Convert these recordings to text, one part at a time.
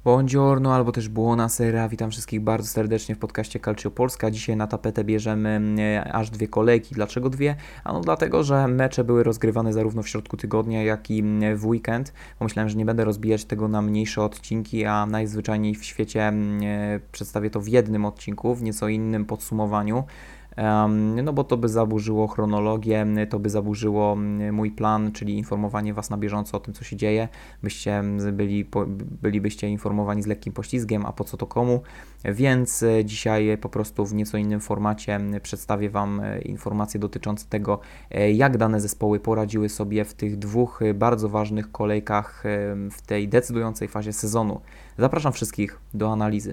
Buongiorno albo też buonasera, witam wszystkich bardzo serdecznie w podcaście Calcio Polska. Dzisiaj na tapetę bierzemy aż dwie kolejki. Dlaczego dwie? Ano dlatego, że mecze były rozgrywane zarówno w środku tygodnia, jak i w weekend. Pomyślałem, że nie będę rozbijać tego na mniejsze odcinki, a najzwyczajniej w świecie przedstawię to w jednym odcinku, w nieco innym podsumowaniu. No bo to by zaburzyło chronologię, to by zaburzyło mój plan, czyli informowanie Was na bieżąco o tym, co się dzieje, bylibyście informowani z lekkim poślizgiem, a po co to komu, więc dzisiaj po prostu w nieco innym formacie przedstawię Wam informacje dotyczące tego, jak dane zespoły poradziły sobie w tych dwóch bardzo ważnych kolejkach w tej decydującej fazie sezonu. Zapraszam wszystkich do analizy.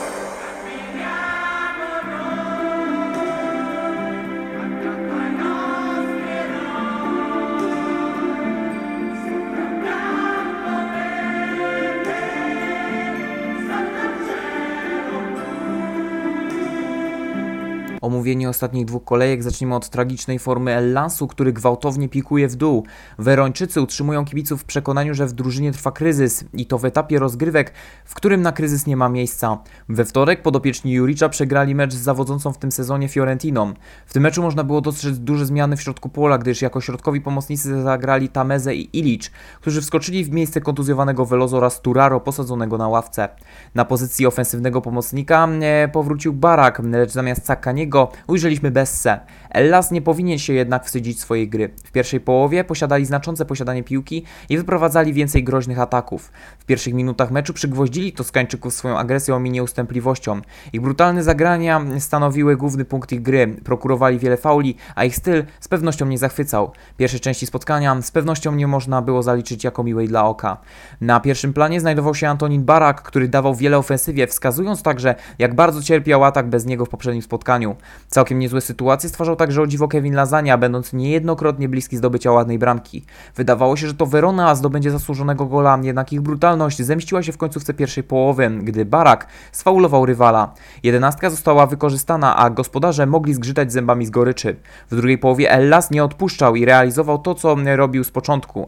Omówienie ostatnich dwóch kolejek zaczniemy od tragicznej formy Hellasu, który gwałtownie pikuje w dół. Werończycy utrzymują kibiców w przekonaniu, że w drużynie trwa kryzys i to w etapie rozgrywek, w którym na kryzys nie ma miejsca. We wtorek podopieczni Juricza przegrali mecz z zawodzącą w tym sezonie Fiorentiną. W tym meczu można było dostrzec duże zmiany w środku pola, gdyż jako środkowi pomocnicy zagrali Tameze i Ilić, którzy wskoczyli w miejsce kontuzjowanego Veloso oraz Turaro posadzonego na ławce. Na pozycji ofensywnego pomocnika powrócił Barak, lecz zamiast Zaccaniego ujrzeliśmy Bessę. Hellas nie powinien się jednak wstydzić swojej gry. W pierwszej połowie posiadali znaczące posiadanie piłki i wyprowadzali więcej groźnych ataków. W pierwszych minutach meczu przygwoździli Toskańczyków swoją agresją i nieustępliwością. Ich brutalne zagrania stanowiły główny punkt ich gry. Prokurowali wiele fauli, a ich styl z pewnością nie zachwycał. Pierwszej części spotkania z pewnością nie można było zaliczyć jako miłej dla oka. Na pierwszym planie znajdował się Antonin Barak, który dawał wiele ofensywie, wskazując także, jak bardzo cierpiał atak bez niego w poprzednim spotkaniu. Całkiem niezłe sytuacje stwarzał także o dziwo Kevin Lasagna, będąc niejednokrotnie bliski zdobycia ładnej bramki. Wydawało się, że to Verona zdobędzie zasłużonego gola, jednak ich brutalność zemściła się w końcówce pierwszej połowy, gdy Barak sfaulował rywala. Jedenastka została wykorzystana, a gospodarze mogli zgrzytać zębami z goryczy. W drugiej połowie Hellas nie odpuszczał i realizował to, co robił z początku.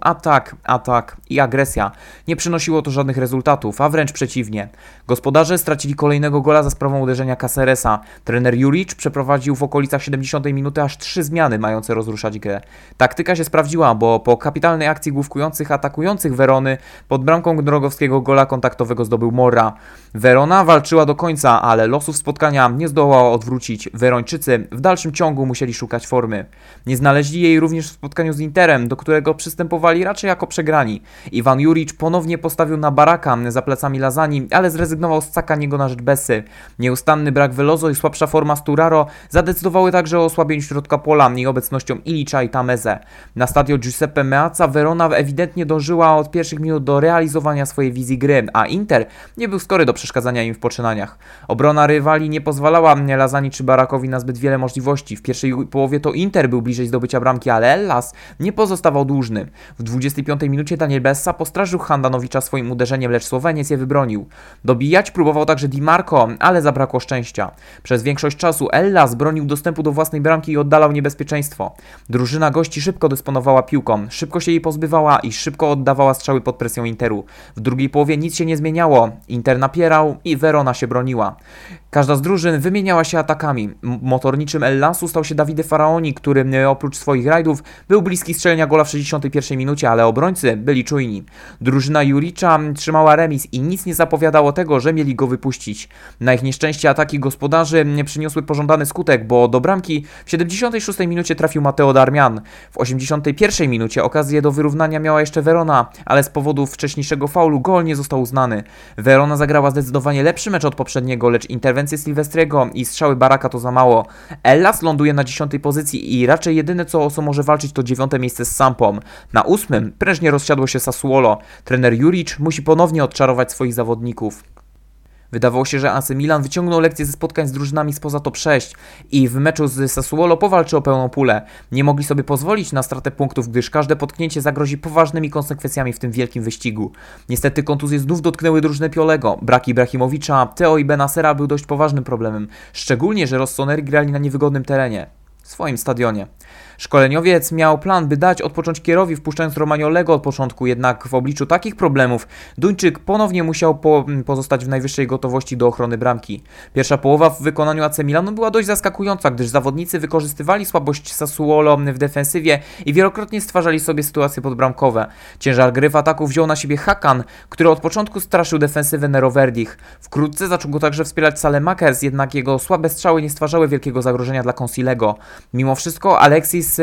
Atak i agresja. Nie przynosiło to żadnych rezultatów, a wręcz przeciwnie. Gospodarze stracili kolejnego gola za sprawą uderzenia Caceresa. Trener Juric przeprowadził w okolicach 70 minuty aż 3 zmiany mające rozruszać grę. Taktyka się sprawdziła, bo po kapitalnej akcji główkujących atakujących Verony pod bramką Drogowskiego gola kontaktowego zdobył Morra. Verona walczyła do końca, ale losów spotkania nie zdołała odwrócić. Werończycy w dalszym ciągu musieli szukać formy. Nie znaleźli jej również w spotkaniu z Interem, do którego przystępowali raczej jako przegrani. Iwan Juric ponownie postawił na Baraka za plecami Lasagni, ale zrezygnował z Zaccaniego na rzecz Bessy. Nieustanny brak Veloso i słabsza forma Turaro zadecydowały także o osłabieniu środka pola i obecnością Ilicza i Tameze. Na stadio Giuseppe Meazza Verona ewidentnie dążyła od pierwszych minut do realizowania swojej wizji gry, a Inter nie był skory do przeszkadzania im w poczynaniach. Obrona rywali nie pozwalała Lasagni czy Barakowi na zbyt wiele możliwości. W pierwszej połowie to Inter był bliżej zdobycia bramki, ale Hellas nie pozostawał dłużny. W 25 minucie Daniel Bessa postraszył Handanowicza swoim uderzeniem, lecz Słoweniec je wybronił. Dobijać próbował także Di Marco, ale zabrakło szczęścia. Przez większość czasu Hellas bronił dostępu do własnej bramki i oddalał niebezpieczeństwo. Drużyna gości szybko dysponowała piłką, szybko się jej pozbywała i szybko oddawała strzały pod presją Interu. W drugiej połowie nic się nie zmieniało. Inter napierał i Verona się broniła. Każda z drużyn wymieniała się atakami. Motorniczym Hellasu stał się Davide Faraoni, który oprócz swoich rajdów był bliski strzelenia gola w 61 minucie, ale obrońcy byli czujni. Drużyna Juricza trzymała remis i nic nie zapowiadało tego, że mieli go wypuścić. Na ich nieszczęście ataki gospodarzy nie przyniosły pożądany skutek, bo do bramki w 76 minucie trafił Matteo Darmian. W 81 minucie okazję do wyrównania miała jeszcze Verona, ale z powodu wcześniejszego faulu gol nie został uznany. Verona zagrała zdecydowanie lepszy mecz od poprzedniego, lecz interwencje Silvestriego i strzały Baraka to za mało. Hellas ląduje na 10 pozycji i raczej jedyne o co może walczyć to 9 miejsce z Sampą. Na 8 prężnie rozsiadło się Sassuolo. Trener Juric musi ponownie odczarować swoich zawodników. Wydawało się, że AC Milan wyciągnął lekcje ze spotkań z drużynami spoza top 6 i w meczu z Sassuolo powalczy o pełną pulę. Nie mogli sobie pozwolić na stratę punktów, gdyż każde potknięcie zagrozi poważnymi konsekwencjami w tym wielkim wyścigu. Niestety kontuzje znów dotknęły drużynę Piolego. Brak Ibrahimowicza, Theo i Benacera był dość poważnym problemem, szczególnie, że Rossoneri grali na niewygodnym terenie, swoim stadionie. Szkoleniowiec miał plan, by dać odpocząć Kierowi, wpuszczając Romagnolego od początku, jednak w obliczu takich problemów Duńczyk ponownie musiał pozostać w najwyższej gotowości do ochrony bramki. Pierwsza połowa w wykonaniu AC Milanu była dość zaskakująca, gdyż zawodnicy wykorzystywali słabość Sassuolo w defensywie i wielokrotnie stwarzali sobie sytuacje podbramkowe. Ciężar gry w ataku wziął na siebie Hakan, który od początku straszył defensywę Nero Verdich. Wkrótce zaczął go także wspierać Saelemaekers, jednak jego słabe strzały nie stwarzały wielkiego zagrożenia dla Consilego. Mimo wszystko Alexis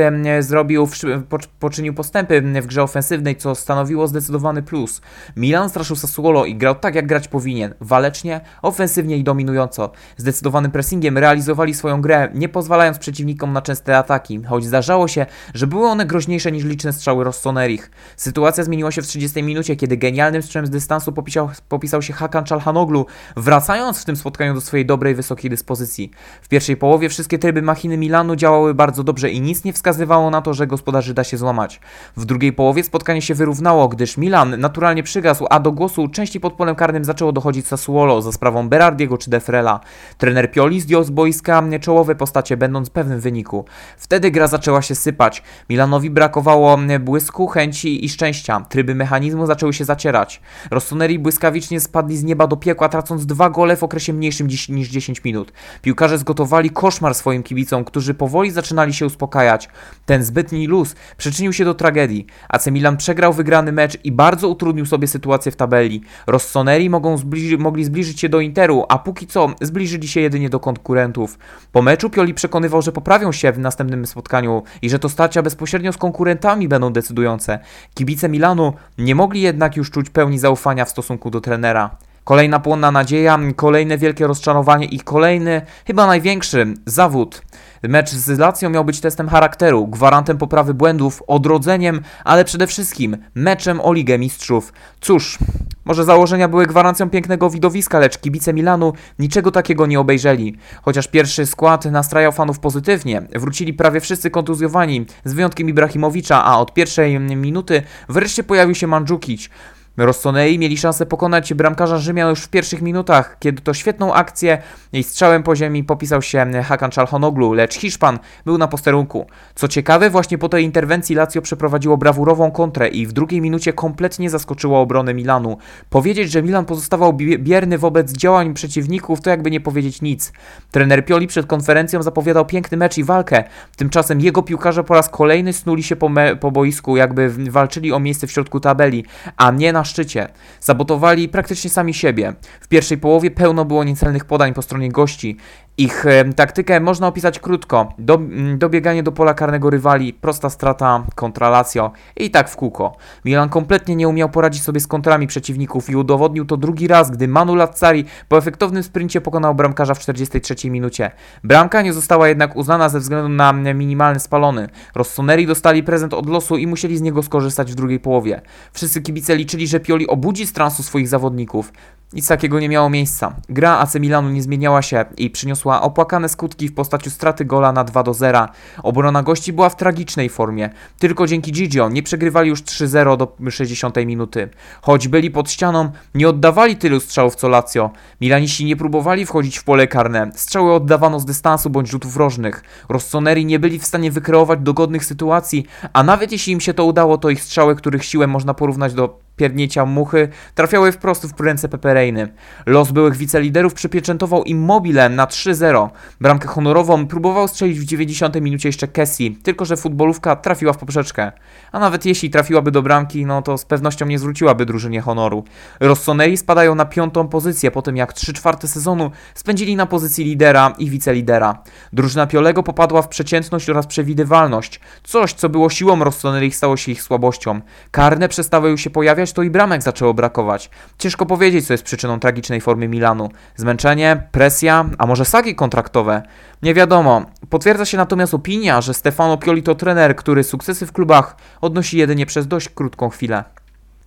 poczynił postępy w grze ofensywnej, co stanowiło zdecydowany plus. Milan straszył Sassuolo i grał tak, jak grać powinien. Walecznie, ofensywnie i dominująco. Zdecydowanym pressingiem realizowali swoją grę, nie pozwalając przeciwnikom na częste ataki, choć zdarzało się, że były one groźniejsze niż liczne strzały Rossonerich. Sytuacja zmieniła się w 30 minucie, kiedy genialnym strzałem z dystansu popisał się Hakan Çalhanoğlu, wracając w tym spotkaniu do swojej dobrej, wysokiej dyspozycji. W pierwszej połowie wszystkie tryby machiny Milanu działały bardzo dobrze i nic nie wskazywało na to, że gospodarzy da się złamać. W drugiej połowie spotkanie się wyrównało, gdyż Milan naturalnie przygasł, a do głosu częściej pod polem karnym zaczęło dochodzić Sassuolo za sprawą Berardiego czy Defrela. Trener Pioli zdjął z boiska czołowe postacie, będąc pewnym wyniku. Wtedy gra zaczęła się sypać. Milanowi brakowało błysku, chęci i szczęścia. Tryby mechanizmu zaczęły się zacierać. Rossoneri błyskawicznie spadli z nieba do piekła, tracąc 2 gole w okresie mniejszym niż 10 minut. Piłkarze zgotowali koszmar swoim kibicom, którzy powoli zaczynali się uspokajać. Ten zbytni luz przyczynił się do tragedii. AC Milan przegrał wygrany mecz i bardzo utrudnił sobie sytuację w tabeli. Rossoneri mogli zbliżyć się do Interu, a póki co zbliżyli się jedynie do konkurentów. Po meczu Pioli przekonywał, że poprawią się w następnym spotkaniu i że to starcia bezpośrednio z konkurentami będą decydujące. Kibice Milanu nie mogli jednak już czuć pełni zaufania w stosunku do trenera. Kolejna płonna nadzieja, kolejne wielkie rozczarowanie i kolejny, chyba największy, zawód. Mecz z Lazio miał być testem charakteru, gwarantem poprawy błędów, odrodzeniem, ale przede wszystkim meczem o Ligę Mistrzów. Cóż, może założenia były gwarancją pięknego widowiska, lecz kibice Milanu niczego takiego nie obejrzeli. Chociaż pierwszy skład nastrajał fanów pozytywnie, wrócili prawie wszyscy kontuzjowani, z wyjątkiem Ibrahimowicza, a od pierwszej minuty wreszcie pojawił się Mandzukic. Rossoneri mieli szansę pokonać bramkarza Rzymian już w pierwszych minutach, kiedy to świetną akcję i strzałem po ziemi popisał się Hakan Çalhanoğlu, lecz Hiszpan był na posterunku. Co ciekawe, właśnie po tej interwencji Lazio przeprowadziło brawurową kontrę i w drugiej minucie kompletnie zaskoczyło obronę Milanu. Powiedzieć, że Milan pozostawał bierny wobec działań przeciwników, to jakby nie powiedzieć nic. Trener Pioli przed konferencją zapowiadał piękny mecz i walkę. Tymczasem jego piłkarze po raz kolejny snuli się po boisku, jakby walczyli o miejsce w środku tabeli, a nie na szczycie. Sabotowali praktycznie sami siebie. W pierwszej połowie pełno było niecelnych podań po stronie gości. Ich taktykę można opisać krótko. Dobieganie do pola karnego rywali, prosta strata, kontra Lazio i tak w kółko. Milan kompletnie nie umiał poradzić sobie z kontrami przeciwników i udowodnił to drugi raz, gdy Manu Lazzari po efektownym sprincie pokonał bramkarza w 43 minucie. Bramka nie została jednak uznana ze względu na minimalny spalony. Rossoneri dostali prezent od losu i musieli z niego skorzystać w drugiej połowie. Wszyscy kibice liczyli, że Pioli obudzi z transu swoich zawodników. Nic takiego nie miało miejsca. Gra AC Milanu nie zmieniała się i przyniosła opłakane skutki w postaci straty gola na 2-0. Obrona gości była w tragicznej formie. Tylko dzięki Gigio nie przegrywali już 3-0 do 60 minuty. Choć byli pod ścianą, nie oddawali tylu strzałów co Lazio. Milaniści nie próbowali wchodzić w pole karne. Strzały oddawano z dystansu bądź rzutów rożnych. Rossoneri nie byli w stanie wykreować dogodnych sytuacji, a nawet jeśli im się to udało, to ich strzały, których siłę można porównać do pierdnięcia muchy, trafiały wprost w ręce Peperejny. Los byłych wiceliderów przypieczętował Immobile na 3-0. Bramkę honorową próbował strzelić w 90 minucie jeszcze Kessie, tylko że futbolówka trafiła w poprzeczkę. A nawet jeśli trafiłaby do bramki, no to z pewnością nie zwróciłaby drużynie honoru. Rossoneri spadają na 5. pozycję po tym, jak 3/4 sezonu spędzili na pozycji lidera i wicelidera. Drużyna Piolego popadła w przeciętność oraz przewidywalność. Coś, co było siłą Rossoneri, stało się ich słabością. Karne przestały już się pojawiać, to i bramek zaczęło brakować. Ciężko powiedzieć, co jest przyczyną tragicznej formy Milanu. Zmęczenie, presja, a może sagi kontraktowe? Nie wiadomo. Potwierdza się natomiast opinia, że Stefano Pioli to trener, który sukcesy w klubach odnosi jedynie przez dość krótką chwilę.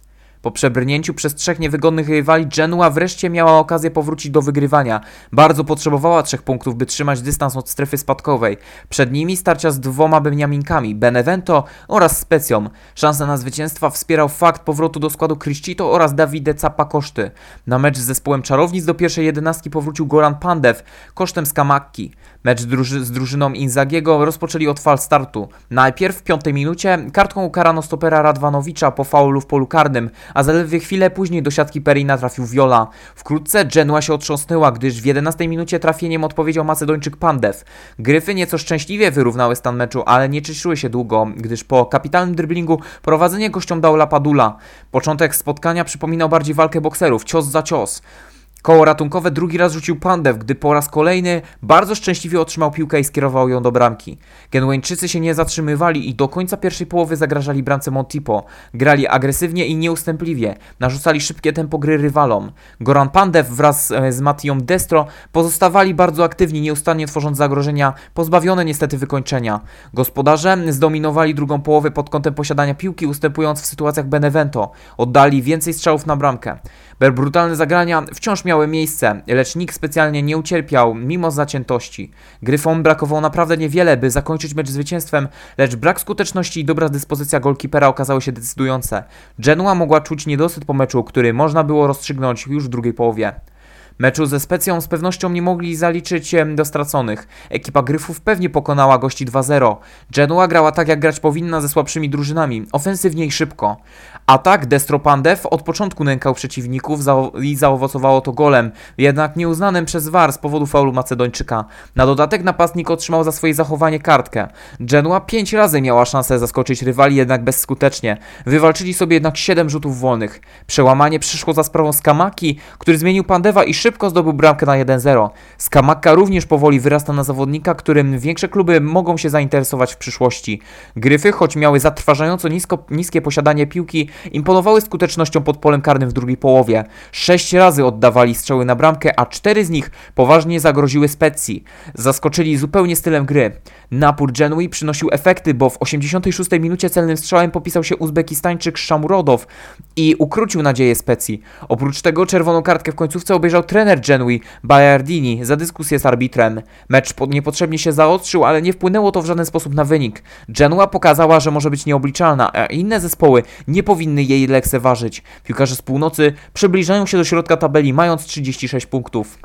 Po przebrnięciu przez 3 niewygodnych rywali Genua wreszcie miała okazję powrócić do wygrywania. Bardzo potrzebowała 3 punktów, by trzymać dystans od strefy spadkowej. Przed nimi starcia z 2 Beniaminkami, Benevento oraz Specją. Szansę na zwycięstwa wspierał fakt powrotu do składu Criscito oraz Davide Zappacoszty. Na mecz z zespołem czarownic do pierwszej 11 powrócił Goran Pandev kosztem Scamacchi. Mecz z drużyną Inzagiego rozpoczęli od fal startu. Najpierw w 5 minucie kartką ukarano stopera Radwanowicza po faulu w polu karnym, a zaledwie chwilę później do siatki Perina trafił Viola. Wkrótce Genua się otrząsnęła, gdyż w 11 minucie trafieniem odpowiedział Macedończyk Pandev. Gryfy nieco szczęśliwie wyrównały stan meczu, ale nie cieszyły się długo, gdyż po kapitalnym driblingu prowadzenie gościom dał Lapadula. Początek spotkania przypominał bardziej walkę bokserów, cios za cios. Koło ratunkowe drugi raz rzucił Pandev, gdy po raz kolejny bardzo szczęśliwie otrzymał piłkę i skierował ją do bramki. Genueńczycy się nie zatrzymywali i do końca pierwszej połowy zagrażali bramce Montipo. Grali agresywnie i nieustępliwie, narzucali szybkie tempo gry rywalom. Goran Pandev wraz z Mattią Destro pozostawali bardzo aktywni, nieustannie tworząc zagrożenia, pozbawione niestety wykończenia. Gospodarze zdominowali drugą połowę pod kątem posiadania piłki, ustępując w sytuacjach Benevento. Oddali więcej strzałów na bramkę. Brutalne zagrania wciąż miały miejsce, lecz nikt specjalnie nie ucierpiał, mimo zaciętości. Gryfom brakowało naprawdę niewiele, by zakończyć mecz zwycięstwem, lecz brak skuteczności i dobra dyspozycja golkipera okazały się decydujące. Genua mogła czuć niedosyt po meczu, który można było rozstrzygnąć już w drugiej połowie. Meczu ze Specją z pewnością nie mogli zaliczyć do straconych. Ekipa Gryfów pewnie pokonała gości 2-0. Genua grała tak, jak grać powinna ze słabszymi drużynami, ofensywnie i szybko. Atak Destro Pandev od początku nękał przeciwników i zaowocowało to golem, jednak nieuznanym przez VAR z powodu faulu Macedończyka. Na dodatek napastnik otrzymał za swoje zachowanie kartkę. Genua 5 razy miała szansę zaskoczyć rywali, jednak bezskutecznie. Wywalczyli sobie jednak 7 rzutów wolnych. Przełamanie przyszło za sprawą Scamacchi, który zmienił Pandeva i szybko zdobył bramkę na 1-0. Scamacca również powoli wyrasta na zawodnika, którym większe kluby mogą się zainteresować w przyszłości. Gryfy, choć miały zatrważająco niskie posiadanie piłki, imponowały skutecznością pod polem karnym w drugiej połowie. 6 razy oddawali strzały na bramkę, a 4 z nich poważnie zagroziły Specji. Zaskoczyli zupełnie stylem gry. Napór Genui przynosił efekty, bo w 86 minucie celnym strzałem popisał się Uzbekistańczyk Szamurodow i ukrócił nadzieję Specji. Oprócz tego czerwoną kartkę w końcówce obejrzał trener Genui, Baiardini, za dyskusję z arbitrem. Mecz niepotrzebnie się zaostrzył, ale nie wpłynęło to w żaden sposób na wynik. Genua pokazała, że może być nieobliczalna, a inne zespoły nie powinny jej lekceważyć. Piłkarze z północy przybliżają się do środka tabeli, mając 36 punktów.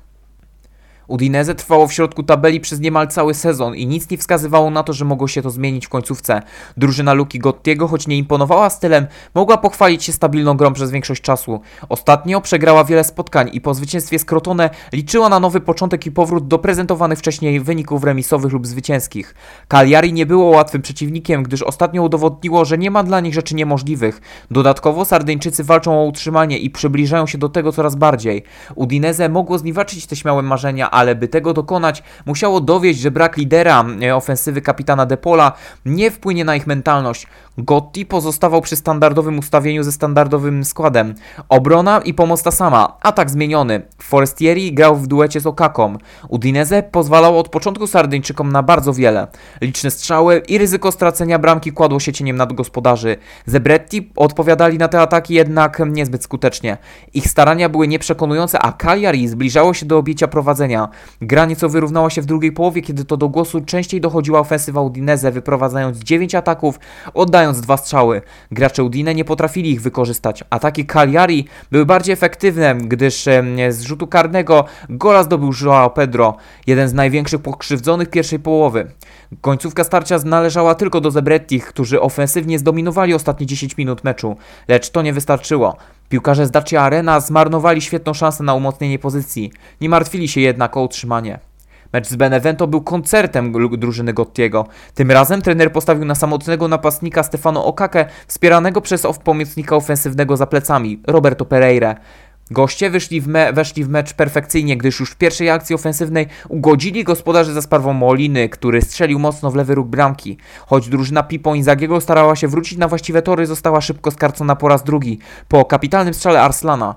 Udinese trwało w środku tabeli przez niemal cały sezon i nic nie wskazywało na to, że mogło się to zmienić w końcówce. Drużyna Luki Gottiego, choć nie imponowała stylem, mogła pochwalić się stabilną grą przez większość czasu. Ostatnio przegrała wiele spotkań i po zwycięstwie z Crotone liczyła na nowy początek i powrót do prezentowanych wcześniej wyników remisowych lub zwycięskich. Cagliari nie było łatwym przeciwnikiem, gdyż ostatnio udowodniło, że nie ma dla nich rzeczy niemożliwych. Dodatkowo Sardyńczycy walczą o utrzymanie i przybliżają się do tego coraz bardziej. Udinese mogło zniwaczyć te śmiałe marzenia, ale by tego dokonać, musiało dowieść, że brak lidera ofensywy kapitana Depola nie wpłynie na ich mentalność. Gotti pozostawał przy standardowym ustawieniu ze standardowym składem. Obrona i pomoc ta sama, atak zmieniony. Forestieri grał w duecie z Okaką. Udinese pozwalało od początku Sardyńczykom na bardzo wiele. Liczne strzały i ryzyko stracenia bramki kładło się cieniem nad gospodarzy. Zebretti odpowiadali na te ataki jednak niezbyt skutecznie. Ich starania były nieprzekonujące, a Cagliari zbliżało się do objęcia prowadzenia. Gra nieco wyrównała się w drugiej połowie, kiedy to do głosu częściej dochodziła ofensywa Udinese, wyprowadzając 9 ataków, oddając 2 strzały. Gracze Udine nie potrafili ich wykorzystać. Ataki Cagliari były bardziej efektywne, gdyż z rzutu karnego gola zdobył João Pedro, jeden z największych pokrzywdzonych pierwszej połowy. Końcówka starcia należała tylko do Zebrettich, którzy ofensywnie zdominowali ostatnie 10 minut meczu, lecz to nie wystarczyło. Piłkarze z Dacia Arena zmarnowali świetną szansę na umocnienie pozycji, nie martwili się jednak o utrzymanie. Mecz z Benevento był koncertem drużyny Gottiego. Tym razem trener postawił na samotnego napastnika Stefano Okakę, wspieranego przez pomocnika ofensywnego za plecami, Roberto Pereira. Goście weszli w mecz perfekcyjnie, gdyż już w pierwszej akcji ofensywnej ugodzili gospodarzy za sprawą Moliny, który strzelił mocno w lewy róg bramki. Choć drużyna Pippo Inzagiego starała się wrócić na właściwe tory, została szybko skarcona po raz drugi, po kapitalnym strzale Arslana.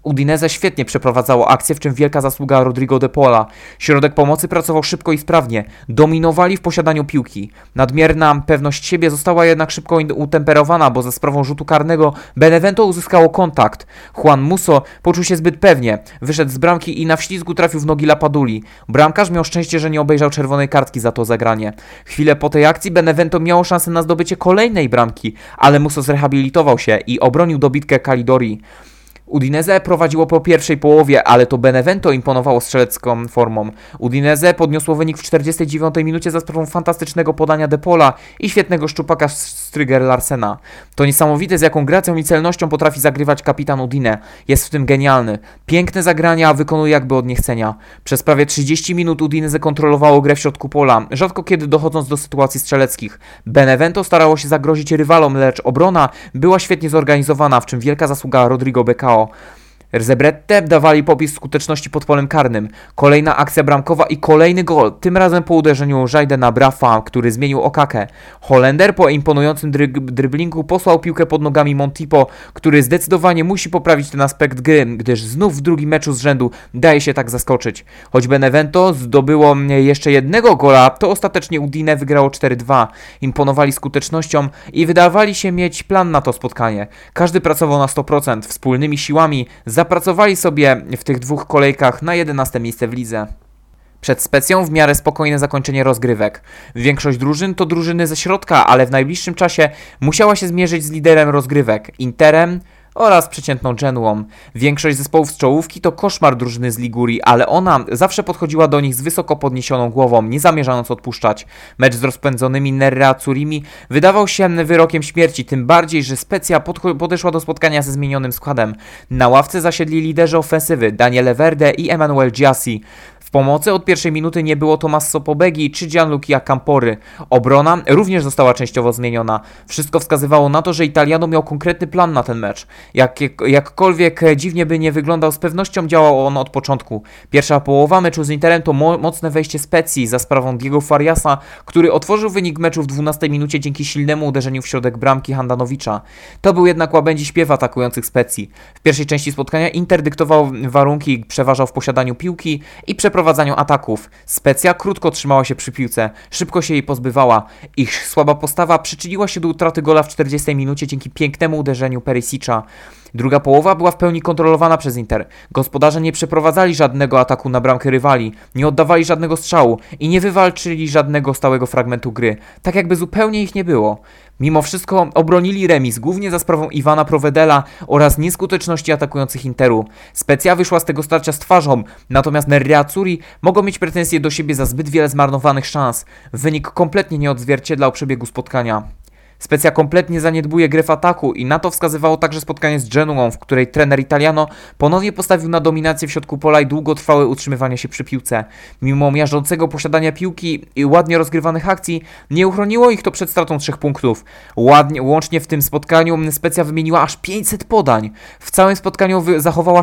Udinese świetnie przeprowadzało akcję, w czym wielka zasługa Rodrigo de Paula. Środek pomocy pracował szybko i sprawnie. Dominowali w posiadaniu piłki. Nadmierna pewność siebie została jednak szybko utemperowana, bo za sprawą rzutu karnego Benevento uzyskało kontakt. Juan Musso poczuł się zbyt pewnie. Wyszedł z bramki i na wślizgu trafił w nogi Lapaduli. Bramkarz miał szczęście, że nie obejrzał czerwonej kartki za to zagranie. Chwilę po tej akcji Benevento miało szansę na zdobycie kolejnej bramki, ale Musso zrehabilitował się i obronił dobitkę Calidori. Udinese prowadziło po pierwszej połowie, ale to Benevento imponowało strzelecką formą. Udinese podniosło wynik w 49 minucie za sprawą fantastycznego podania De Paula i świetnego szczupaka Stryger Larsena. To niesamowite, z jaką gracją i celnością potrafi zagrywać kapitan Udine. Jest w tym genialny. Piękne zagrania, a wykonuje jakby od niechcenia. Przez prawie 30 minut Udinese kontrolowało grę w środku pola, rzadko kiedy dochodząc do sytuacji strzeleckich. Benevento starało się zagrozić rywalom, lecz obrona była świetnie zorganizowana, w czym wielka zasługa Rodrigo Becao. Zebrette dawali popis skuteczności pod polem karnym. Kolejna akcja bramkowa i kolejny gol, tym razem po uderzeniu Jaydena Braffa, który zmienił Okakę. Holender po imponującym dryblingu posłał piłkę pod nogami Montipo, który zdecydowanie musi poprawić ten aspekt gry, gdyż znów w drugim meczu z rzędu daje się tak zaskoczyć. Choć Benevento zdobyło jeszcze jednego gola, to ostatecznie Udine wygrało 4-2. Imponowali skutecznością i wydawali się mieć plan na to spotkanie. Każdy pracował na 100%, wspólnymi siłami zapracowali sobie w tych dwóch kolejkach na 11 miejsce w lidze. Przed Specją w miarę spokojne zakończenie rozgrywek. Większość drużyn to drużyny ze środka, ale w najbliższym czasie musiała się zmierzyć z liderem rozgrywek, Interem oraz przeciętną Genuą. Większość zespołów z czołówki to koszmar drużyny z Ligurii, ale ona zawsze podchodziła do nich z wysoko podniesioną głową, nie zamierzając odpuszczać. Mecz z rozpędzonymi Nerazzurimi wydawał się wyrokiem śmierci, tym bardziej, że Specja podeszła do spotkania ze zmienionym składem. Na ławce zasiedli liderzy ofensywy Daniele Verde i Emanuel Giassi. W pomocy od pierwszej minuty nie było Tommaso Pobegi czy Gianluca Campory. Obrona również została częściowo zmieniona. Wszystko wskazywało na to, że Italiano miał konkretny plan na ten mecz. Jakkolwiek dziwnie by nie wyglądał, z pewnością działał on od początku. Pierwsza połowa meczu z Interem to mocne wejście Specji za sprawą Diego Fariasa, który otworzył wynik meczu w 12 minucie dzięki silnemu uderzeniu w środek bramki Handanowicza. To był jednak łabędzi śpiew atakujących Specji. W pierwszej części spotkania Inter dyktował warunki, przeważał w posiadaniu piłki i przeprowadzaniu ataków. Specja krótko trzymała się przy piłce, szybko się jej pozbywała. Ich słaba postawa przyczyniła się do utraty gola w 40 minucie dzięki pięknemu uderzeniu Perisicza. Druga połowa była w pełni kontrolowana przez Inter. Gospodarze nie przeprowadzali żadnego ataku na bramkę rywali, nie oddawali żadnego strzału i nie wywalczyli żadnego stałego fragmentu gry, tak jakby zupełnie ich nie było. Mimo wszystko obronili remis, głównie za sprawą Iwana Provedela oraz nieskuteczności atakujących Interu. Specja wyszła z tego starcia z twarzą, natomiast Nerazzurri mogą mieć pretensje do siebie za zbyt wiele zmarnowanych szans. Wynik kompletnie nie odzwierciedlał przebiegu spotkania. Specja kompletnie zaniedbuje grę w ataku i na to wskazywało także spotkanie z Genuą, w której trener Italiano ponownie postawił na dominację w środku pola i długotrwałe utrzymywanie się przy piłce. Mimo miażdżącego posiadania piłki i ładnie rozgrywanych akcji, nie uchroniło ich to przed stratą 3 punktów. Łącznie w tym spotkaniu Specja wymieniła aż 500 podań. W całym spotkaniu zachowała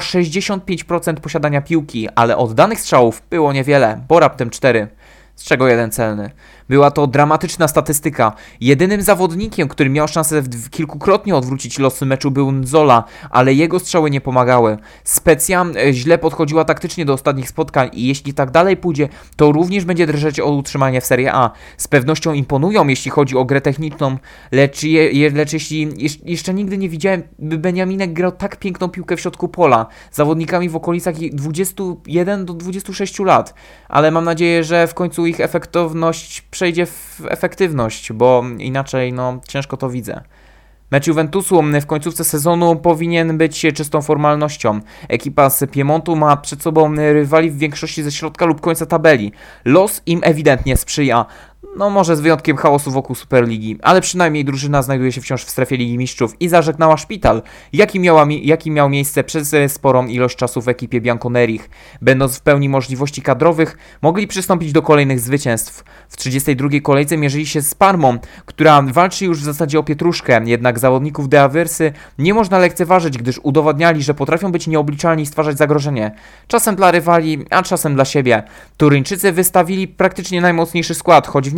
65% posiadania piłki, ale oddanych strzałów było niewiele, bo raptem 4. Z czego jeden celny. Była to dramatyczna statystyka. Jedynym zawodnikiem, który miał szansę kilkukrotnie odwrócić losy meczu, był Nzola, ale jego strzały nie pomagały. Specja źle podchodziła taktycznie do ostatnich spotkań i jeśli tak dalej pójdzie, to również będzie drżeć o utrzymanie w Serie A. Z pewnością imponują, jeśli chodzi o grę techniczną, lecz jeszcze nigdy nie widziałem, by Beniaminek grał tak piękną piłkę w środku pola, zawodnikami w okolicach 21 do 26 lat. Ale mam nadzieję, że w końcu ich efektywność przejdzie w efektywność, bo inaczej ciężko to widzę. Mecz Juventusu w końcówce sezonu powinien być czystą formalnością. Ekipa z Piemontu ma przed sobą rywali w większości ze środka lub końca tabeli. Los im ewidentnie sprzyja. Może z wyjątkiem chaosu wokół Superligi, ale przynajmniej drużyna znajduje się wciąż w strefie Ligi Mistrzów i zażegnała szpital, jaki miał miejsce przez sporą ilość czasu w ekipie Bianconerich. Będąc w pełni możliwości kadrowych, mogli przystąpić do kolejnych zwycięstw. W 32. kolejce mierzyli się z Parmą, która walczy już w zasadzie o pietruszkę, jednak zawodników De Aversy nie można lekceważyć, gdyż udowadniali, że potrafią być nieobliczalni i stwarzać zagrożenie. Czasem dla rywali, a czasem dla siebie. Turyńczycy wystawili praktycznie najmocniejszy skład, choć w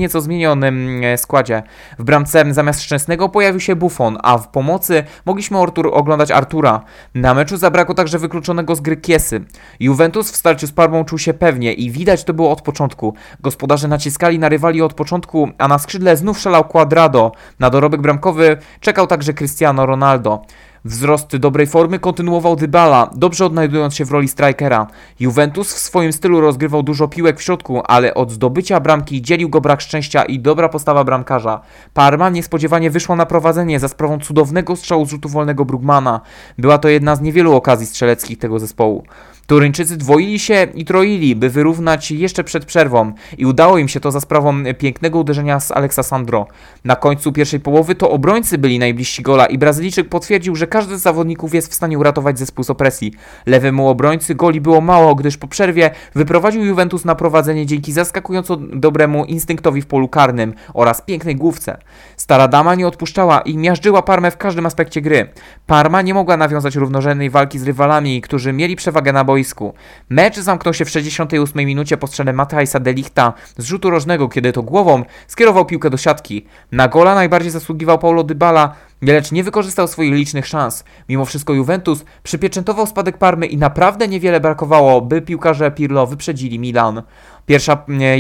nieco zmienionym składzie. W bramce zamiast Szczęsnego pojawił się Buffon, a w pomocy mogliśmy oglądać Artura. Na meczu zabrakło także wykluczonego z gry Kiesy. Juventus w starciu z Parmą czuł się pewnie i widać to było od początku. Gospodarze naciskali na rywali od początku, a na skrzydle znów szalał Cuadrado. Na dorobek bramkowy czekał także Cristiano Ronaldo. Wzrost dobrej formy kontynuował Dybala, dobrze odnajdując się w roli strikera. Juventus w swoim stylu rozgrywał dużo piłek w środku, ale od zdobycia bramki dzielił go brak szczęścia i dobra postawa bramkarza. Parma niespodziewanie wyszła na prowadzenie za sprawą cudownego strzału z rzutu wolnego Brugmana. Była to jedna z niewielu okazji strzeleckich tego zespołu. Turyńczycy dwoili się i troili, by wyrównać jeszcze przed przerwą i udało im się to za sprawą pięknego uderzenia z Alexa Sandro. Na końcu pierwszej połowy to obrońcy byli najbliżsi gola i Brazylijczyk potwierdził, że każdy z zawodników jest w stanie uratować zespół z opresji. Lewemu obrońcy goli było mało, gdyż po przerwie wyprowadził Juventus na prowadzenie dzięki zaskakująco dobremu instynktowi w polu karnym oraz pięknej główce. Stara dama nie odpuszczała i miażdżyła Parmę w każdym aspekcie gry. Parma nie mogła nawiązać równorzędnej walki z rywalami, którzy mieli przewagę na boisku. Mecz zamknął się w 68 minucie po strzale Matthijsa de Lichta z rzutu rożnego, kiedy to głową skierował piłkę do siatki. Na gola najbardziej zasługiwał Paulo Dybala, lecz nie wykorzystał swoich licznych szans. Mimo wszystko Juventus przypieczętował spadek Parmy i naprawdę niewiele brakowało, by piłkarze Pirlo wyprzedzili Milan. Pierwsza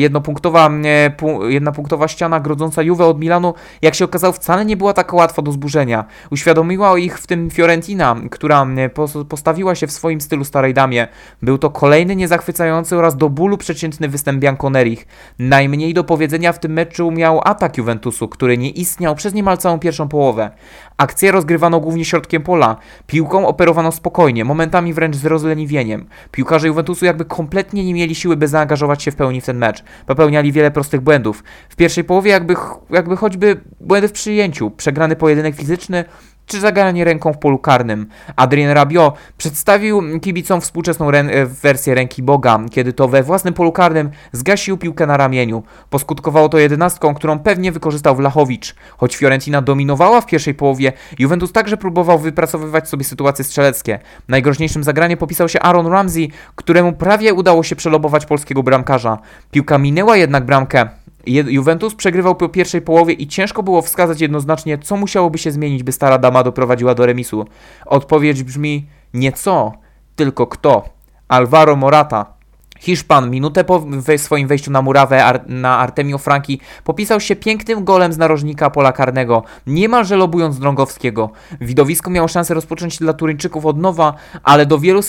jednopunktowa ściana grodząca Juve od Milanu, jak się okazało, wcale nie była taka łatwa do zburzenia. Uświadomiła ich w tym Fiorentina, która postawiła się w swoim stylu starej damie. Był to kolejny niezachwycający oraz do bólu przeciętny występ Bianconerich. Najmniej do powiedzenia w tym meczu miał atak Juventusu, który nie istniał przez niemal całą pierwszą połowę. Akcje rozgrywano głównie środkiem pola. Piłką operowano spokojnie, momentami wręcz z rozleniwieniem. Piłkarze Juventusu jakby kompletnie nie mieli siły, by zaangażować się w pełni w ten mecz. Popełniali wiele prostych błędów. W pierwszej połowie jakby choćby błędy w przyjęciu, przegrany pojedynek fizyczny, czy zagranie ręką w polu karnym. Adrien Rabiot przedstawił kibicom współczesną wersję ręki Boga, kiedy to we własnym polu karnym zgasił piłkę na ramieniu. Poskutkowało to 11, którą pewnie wykorzystał Vlahovic. Choć Fiorentina dominowała w pierwszej połowie, Juventus także próbował wypracowywać sobie sytuacje strzeleckie. Najgroźniejszym zagraniem popisał się Aaron Ramsey, któremu prawie udało się przelobować polskiego bramkarza. Piłka minęła jednak bramkę. Juventus przegrywał po pierwszej połowie i ciężko było wskazać jednoznacznie, co musiałoby się zmienić, by stara dama doprowadziła do remisu. Odpowiedź brzmi nie co, tylko kto. Alvaro Morata. Hiszpan minutę po swoim wejściu na murawę na Artemio Franki popisał się pięknym golem z narożnika pola karnego, niemalże lobując Drągowskiego. Widowisko miało szansę rozpocząć dla Turyńczyków od nowa, ale do wielu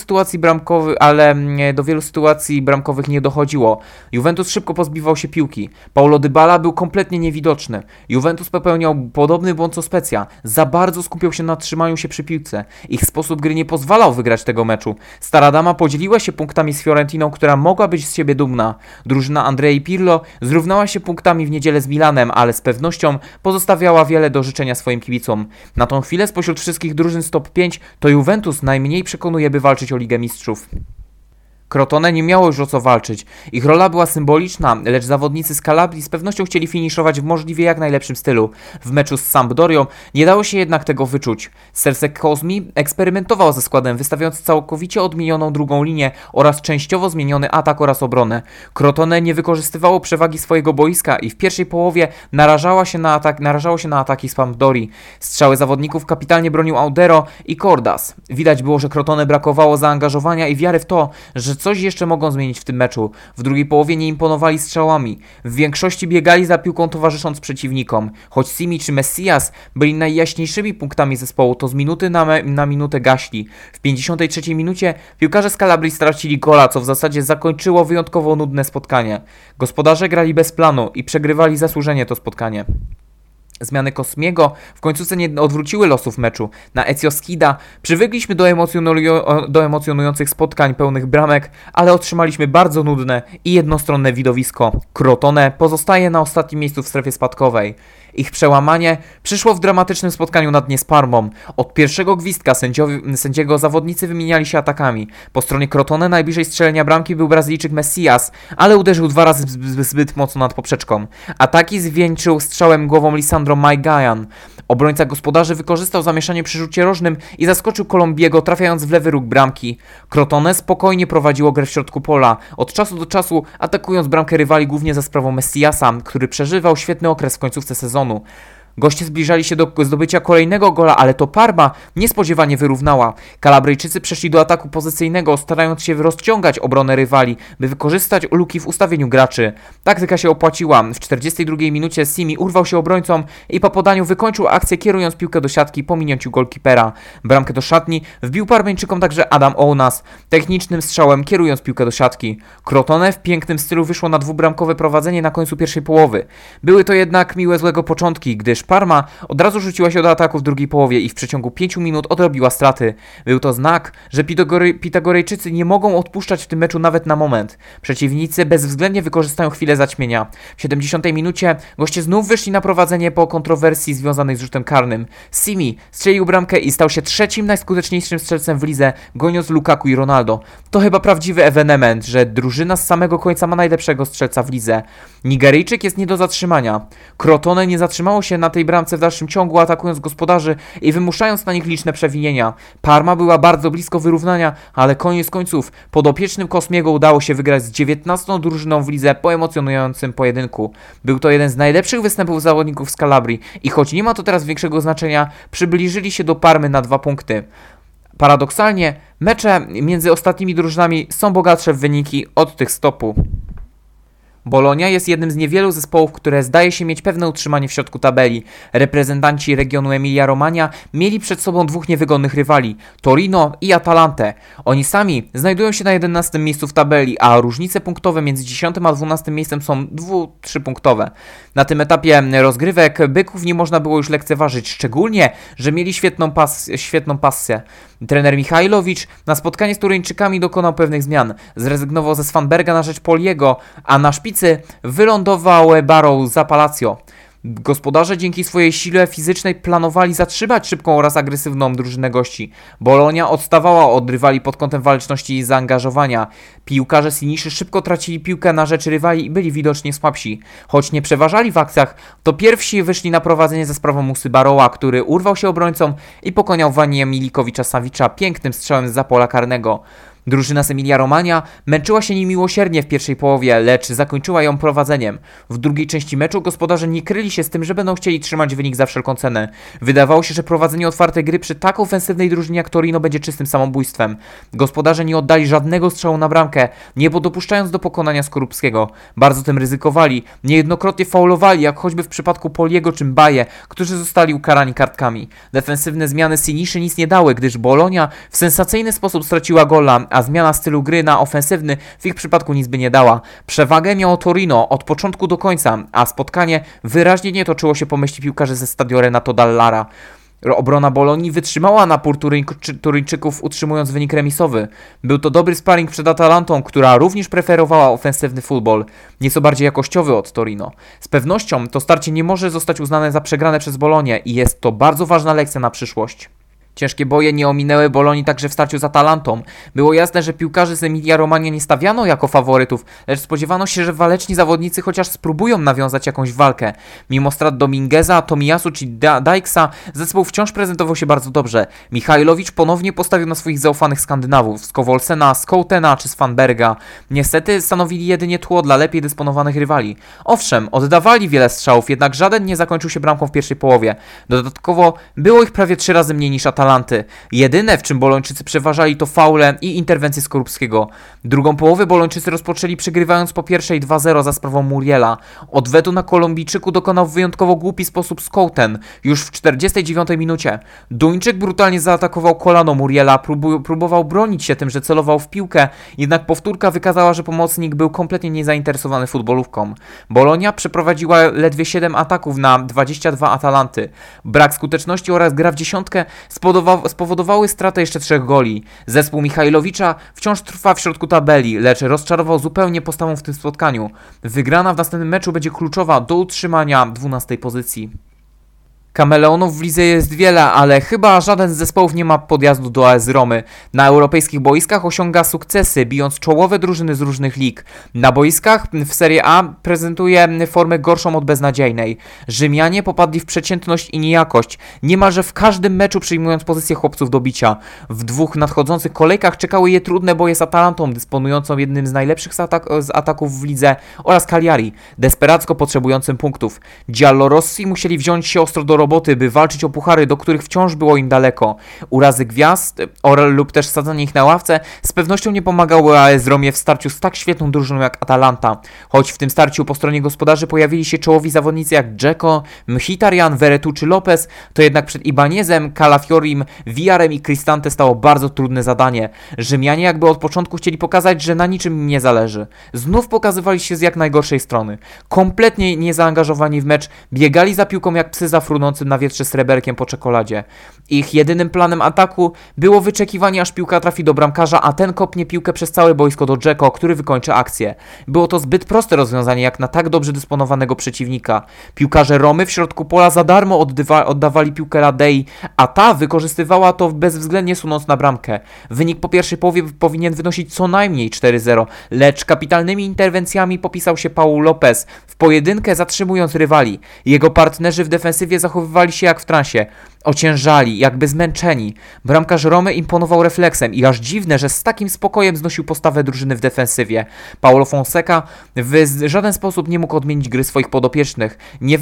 sytuacji bramkowych nie dochodziło. Juventus szybko pozbywał się piłki. Paulo Dybala był kompletnie niewidoczny. Juventus popełniał podobny błąd co Spezia. Za bardzo skupiał się na trzymaniu się przy piłce. Ich sposób gry nie pozwalał wygrać tego meczu. Stara dama podzieliła się punktami z Fiorentiną, która mogła być z siebie dumna. Drużyna Andrei Pirlo zrównała się punktami w niedzielę z Milanem, ale z pewnością pozostawiała wiele do życzenia swoim kibicom. Na tą chwilę spośród wszystkich drużyn z top 5 to Juventus najmniej przekonuje, by walczyć o Ligę Mistrzów. Crotone nie miało już o co walczyć. Ich rola była symboliczna, lecz zawodnicy z Calabrii z pewnością chcieli finiszować w możliwie jak najlepszym stylu. W meczu z Sampdorią nie dało się jednak tego wyczuć. Sersek Kozmi eksperymentował ze składem, wystawiając całkowicie odmienioną drugą linię oraz częściowo zmieniony atak oraz obronę. Crotone nie wykorzystywało przewagi swojego boiska i w pierwszej połowie narażało się na ataki z Sampdorii. Strzały zawodników kapitalnie bronił Audero i Cordas. Widać było, że Crotone brakowało zaangażowania i wiary w to, że coś jeszcze mogą zmienić w tym meczu. W drugiej połowie nie imponowali strzałami. W większości biegali za piłką, towarzysząc przeciwnikom. Choć Simi czy Messias byli najjaśniejszymi punktami zespołu, to z minuty na minutę gaśli. W 53 minucie piłkarze z Calabrii stracili gola, co w zasadzie zakończyło wyjątkowo nudne spotkanie. Gospodarze grali bez planu i przegrywali zasłużenie to spotkanie. Zmiany Kosmiego w końcówce nie odwróciły losów meczu. Na Ezio Skida przywykliśmy do emocjonujących spotkań pełnych bramek, ale otrzymaliśmy bardzo nudne i jednostronne widowisko. Crotone pozostaje na ostatnim miejscu w strefie spadkowej. Ich przełamanie przyszło w dramatycznym spotkaniu na dnie z Parmą. Od pierwszego gwizdka sędziego zawodnicy wymieniali się atakami. Po stronie Crotone najbliżej strzelenia bramki był Brazylijczyk Messias, ale uderzył 2 razy zbyt mocno nad poprzeczką. Ataki zwieńczył strzałem głową Lisandro Maigayan. Obrońca gospodarzy wykorzystał zamieszanie przy rzucie rożnym i zaskoczył Kolombiego, trafiając w lewy róg bramki. Crotone spokojnie prowadziło grę w środku pola, od czasu do czasu atakując bramkę rywali głównie za sprawą Messiasa, który przeżywał świetny okres w końcówce sezonu. Goście zbliżali się do zdobycia kolejnego gola, ale to Parma niespodziewanie wyrównała. Kalabryjczycy przeszli do ataku pozycyjnego, starając się rozciągać obronę rywali, by wykorzystać luki w ustawieniu graczy. Taktyka się opłaciła. W 42 minucie Simi urwał się obrońcom i po podaniu wykończył akcję, kierując piłkę do siatki po minięciu golkipera. Bramkę do szatni wbił Parmeńczykom także Adam Ounas, technicznym strzałem kierując piłkę do siatki. Crotone w pięknym stylu wyszło na dwubramkowe prowadzenie na końcu pierwszej połowy. Były to jednak miłe złego początki, gdyż Parma od razu rzuciła się do ataku w drugiej połowie i w przeciągu 5 minut odrobiła straty. Był to znak, że Pitagorejczycy nie mogą odpuszczać w tym meczu nawet na moment. Przeciwnicy bezwzględnie wykorzystają chwilę zaćmienia. W 70 minucie goście znów wyszli na prowadzenie po kontrowersji związanej z rzutem karnym. Simi strzelił bramkę i stał się trzecim najskuteczniejszym strzelcem w lidze, goniąc Lukaku i Ronaldo. To chyba prawdziwy ewenement, że drużyna z samego końca ma najlepszego strzelca w lidze. Nigeryjczyk jest nie do zatrzymania. Crotone nie zatrzymało się na tej bramce w dalszym ciągu, atakując gospodarzy i wymuszając na nich liczne przewinienia. Parma była bardzo blisko wyrównania, ale koniec końców podopiecznym Kosmiego udało się wygrać z 19. drużyną w lidze po emocjonującym pojedynku. Był to jeden z najlepszych występów zawodników z Kalabrii i choć nie ma to teraz większego znaczenia, przybliżyli się do Parmy na 2 punkty. Paradoksalnie, mecze między ostatnimi drużynami są bogatsze w wyniki od tych stopu. Bologna jest jednym z niewielu zespołów, które zdaje się mieć pewne utrzymanie w środku tabeli. Reprezentanci regionu Emilia-Romagna mieli przed sobą 2 niewygodnych rywali, Torino i Atalantę. Oni sami znajdują się na 11 miejscu w tabeli, a różnice punktowe między 10 a 12 miejscem są 2-3 punktowe. Na tym etapie rozgrywek byków nie można było już lekceważyć, szczególnie, że mieli świetną pasję. Trener Michajlowicz na spotkanie z Turyńczykami dokonał pewnych zmian. Zrezygnował ze Svanberga na rzecz Poliego, a na szpicy wylądował Barrow za Palacio. Gospodarze dzięki swojej sile fizycznej planowali zatrzymać szybką oraz agresywną drużynę gości. Bologna odstawała od rywali pod kątem waleczności i zaangażowania. Piłkarze Siniszy szybko tracili piłkę na rzecz rywali i byli widocznie słabsi. Choć nie przeważali w akcjach, to pierwsi wyszli na prowadzenie za sprawą Musy Barrowa, który urwał się obrońcom i pokonał Vanię Milikowicza-Sawicza pięknym strzałem zza pola karnego. Drużyna z Emilia-Romagna męczyła się niemiłosiernie w pierwszej połowie, lecz zakończyła ją prowadzeniem. W drugiej części meczu gospodarze nie kryli się z tym, że będą chcieli trzymać wynik za wszelką cenę. Wydawało się, że prowadzenie otwartej gry przy tak ofensywnej drużynie jak Torino będzie czystym samobójstwem. Gospodarze nie oddali żadnego strzału na bramkę, nie dopuszczając do pokonania Skorupskiego. Bardzo tym ryzykowali, niejednokrotnie faulowali, jak choćby w przypadku Poliego czy Mbaye, którzy zostali ukarani kartkami. Defensywne zmiany Siniszy nic nie dały, gdyż Bologna w sensacyjny sposób straciła gola, a zmiana stylu gry na ofensywny w ich przypadku nic by nie dała. Przewagę miało Torino od początku do końca, a spotkanie wyraźnie nie toczyło się po myśli piłkarzy ze Stadio Renato Dallara. Obrona Bolonii wytrzymała napór Turyńczyków, utrzymując wynik remisowy. Był to dobry sparring przed Atalantą, która również preferowała ofensywny futbol, nieco bardziej jakościowy od Torino. Z pewnością to starcie nie może zostać uznane za przegrane przez Bolonię i jest to bardzo ważna lekcja na przyszłość. Ciężkie boje nie ominęły Bolonii także w starciu z Atalantą. Było jasne, że piłkarzy z Emilia-Romagna nie stawiano jako faworytów, lecz spodziewano się, że waleczni zawodnicy chociaż spróbują nawiązać jakąś walkę. Mimo strat Domingueza, Tomiyasu czy Dijksa, zespół wciąż prezentował się bardzo dobrze. Michajlowicz ponownie postawił na swoich zaufanych Skandynawów, Skowolsena, Skoutena czy Svanberga. Niestety stanowili jedynie tło dla lepiej dysponowanych rywali. Owszem, oddawali wiele strzałów, jednak żaden nie zakończył się bramką w pierwszej połowie. Dodatkowo było ich prawie 3 razy mniej niż Atalanty. Jedyne, w czym Bolończycy przeważali, to faule i interwencje Skorupskiego. Drugą połowę Bolończycy rozpoczęli przegrywając po pierwszej 2-0 za sprawą Muriela. Odwetu na Kolumbijczyku dokonał w wyjątkowo głupi sposób Skouten już w 49 minucie. Duńczyk brutalnie zaatakował kolano Muriela, próbował bronić się tym, że celował w piłkę, jednak powtórka wykazała, że pomocnik był kompletnie niezainteresowany futbolówką. Bologna przeprowadziła ledwie 7 ataków na 22 Atalanty. Brak skuteczności oraz gra w dziesiątkę spowodował, spowodowały stratę jeszcze 3 goli. Zespół Michajlowicza wciąż trwa w środku tabeli, lecz rozczarował zupełnie postawą w tym spotkaniu. Wygrana w następnym meczu będzie kluczowa do utrzymania 12. pozycji. Kameleonów w lidze jest wiele, ale chyba żaden z zespołów nie ma podjazdu do AS Romy. Na europejskich boiskach osiąga sukcesy, bijąc czołowe drużyny z różnych lig. Na boiskach w Serie A prezentuje formę gorszą od beznadziejnej. Rzymianie popadli w przeciętność i niejakość, niemalże w każdym meczu przyjmując pozycję chłopców do bicia. W 2 nadchodzących kolejkach czekały je trudne boje z Atalantą, dysponującą jednym z najlepszych z ataków w lidze, oraz Cagliari, desperacko potrzebującym punktów. Giallorossi musieli wziąć się ostro do roboty, by walczyć o puchary, do których wciąż było im daleko. Urazy gwiazd lub też sadzenie ich na ławce z pewnością nie pomagały AS Romie w starciu z tak świetną drużyną jak Atalanta. Choć w tym starciu po stronie gospodarzy pojawili się czołowi zawodnicy jak Dzeko, Mkhitaryan, Veretout czy Lopez, to jednak przed Ibanezem, Calafiorim, Villarem i Cristante stało bardzo trudne zadanie. Rzymianie jakby od początku chcieli pokazać, że na niczym im nie zależy. Znów pokazywali się z jak najgorszej strony. Kompletnie niezaangażowani w mecz, biegali za piłką jak psy za frunącym na wietrze sreberkiem po czekoladzie. Ich jedynym planem ataku było wyczekiwanie, aż piłka trafi do bramkarza, a ten kopnie piłkę przez całe boisko do Dzeko, który wykończy akcję. Było to zbyt proste rozwiązanie jak na tak dobrze dysponowanego przeciwnika. Piłkarze Romy w środku pola za darmo oddawali piłkę Radei, a ta wykorzystywała to bezwzględnie sunąc na bramkę. Wynik po pierwszej połowie powinien wynosić co najmniej 4-0, lecz kapitalnymi interwencjami popisał się Paul Lopez, w pojedynkę zatrzymując rywali. Jego partnerzy w defensywie zachowywali się jak w transie. Ociężali, jakby zmęczeni. Bramkarz Romy imponował refleksem i aż dziwne, że z takim spokojem znosił postawę drużyny w defensywie. Paulo Fonseca w żaden sposób nie mógł odmienić gry swoich podopiecznych.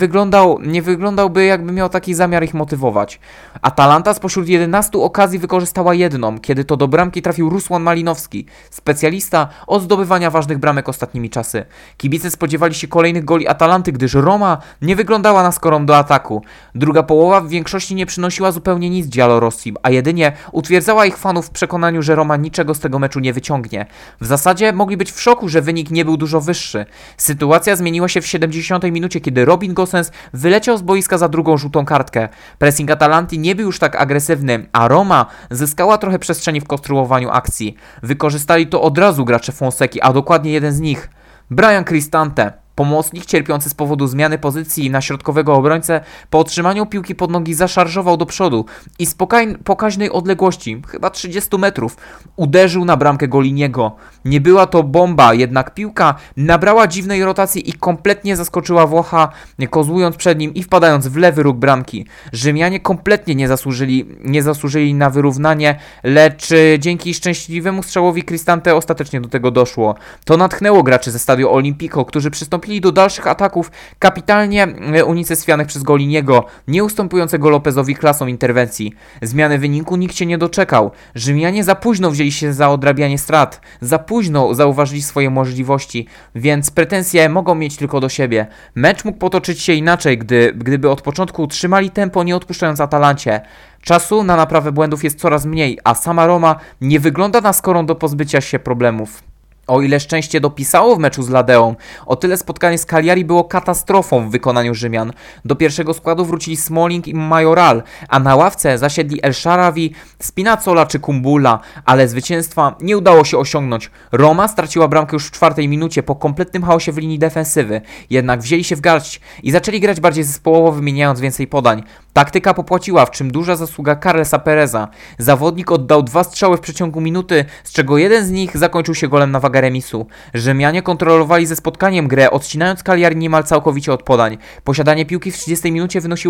Nie wyglądałby, jakby miał taki zamiar ich motywować. Atalanta spośród 11 okazji wykorzystała jedną, kiedy to do bramki trafił Rusłan Malinowski, specjalista od zdobywania ważnych bramek ostatnimi czasy. Kibice spodziewali się kolejnych goli Atalanty, gdyż Roma nie wyglądała na skorą do ataku. Druga połowa w większości nie przynosiła zupełnie nic Giallorossi, a jedynie utwierdzała ich fanów w przekonaniu, że Roma niczego z tego meczu nie wyciągnie. W zasadzie mogli być w szoku, że wynik nie był dużo wyższy. Sytuacja zmieniła się w 70 minucie, kiedy Robin Gosens wyleciał z boiska za drugą żółtą kartkę. Pressing Atalanty nie był już tak agresywny, a Roma zyskała trochę przestrzeni w konstruowaniu akcji. Wykorzystali to od razu gracze Fonseki, a dokładnie jeden z nich. Brian Cristante. Pomocnik cierpiący z powodu zmiany pozycji na środkowego obrońcę po otrzymaniu piłki pod nogi zaszarżował do przodu i z pokaźnej odległości, chyba 30 metrów, uderzył na bramkę Goliniego. Nie była to bomba, jednak piłka nabrała dziwnej rotacji i kompletnie zaskoczyła Włocha, kozłując przed nim i wpadając w lewy róg bramki. Rzymianie kompletnie nie zasłużyli na wyrównanie, lecz dzięki szczęśliwemu strzałowi Cristante ostatecznie do tego doszło. To natchnęło graczy ze Stadio Olimpico, którzy przystąpili do dalszych ataków kapitalnie unicestwianych przez Goliniego, nie ustępującego Lopezowi klasą interwencji. Zmiany wyniku nikt się nie doczekał. Rzymianie za późno wzięli się za odrabianie strat, za późno zauważyli swoje możliwości, więc pretensje mogą mieć tylko do siebie. Mecz mógł potoczyć się inaczej, gdyby od początku utrzymali tempo, nie odpuszczając Atalancie. Czasu na naprawę błędów jest coraz mniej, a sama Roma nie wygląda na skorą do pozbycia się problemów. O ile szczęście dopisało w meczu z Ladeą, o tyle spotkanie z Cagliari było katastrofą w wykonaniu Rzymian. Do pierwszego składu wrócili Smalling i Majoral, a na ławce zasiedli El Shaarawy, Spinazzola czy Kumbulla, ale zwycięstwa nie udało się osiągnąć. Roma straciła bramkę już w 4 minucie po kompletnym chaosie w linii defensywy, jednak wzięli się w garść i zaczęli grać bardziej zespołowo, wymieniając więcej podań. Taktyka popłaciła, w czym duża zasługa Carlesa Pereza. Zawodnik oddał 2 strzały w przeciągu minuty, z czego jeden z nich zakończył się golem na wagę remisu. Rzymianie kontrolowali ze spotkaniem grę, odcinając Cagliari niemal całkowicie od podań. Posiadanie piłki w 30 minucie wynosiło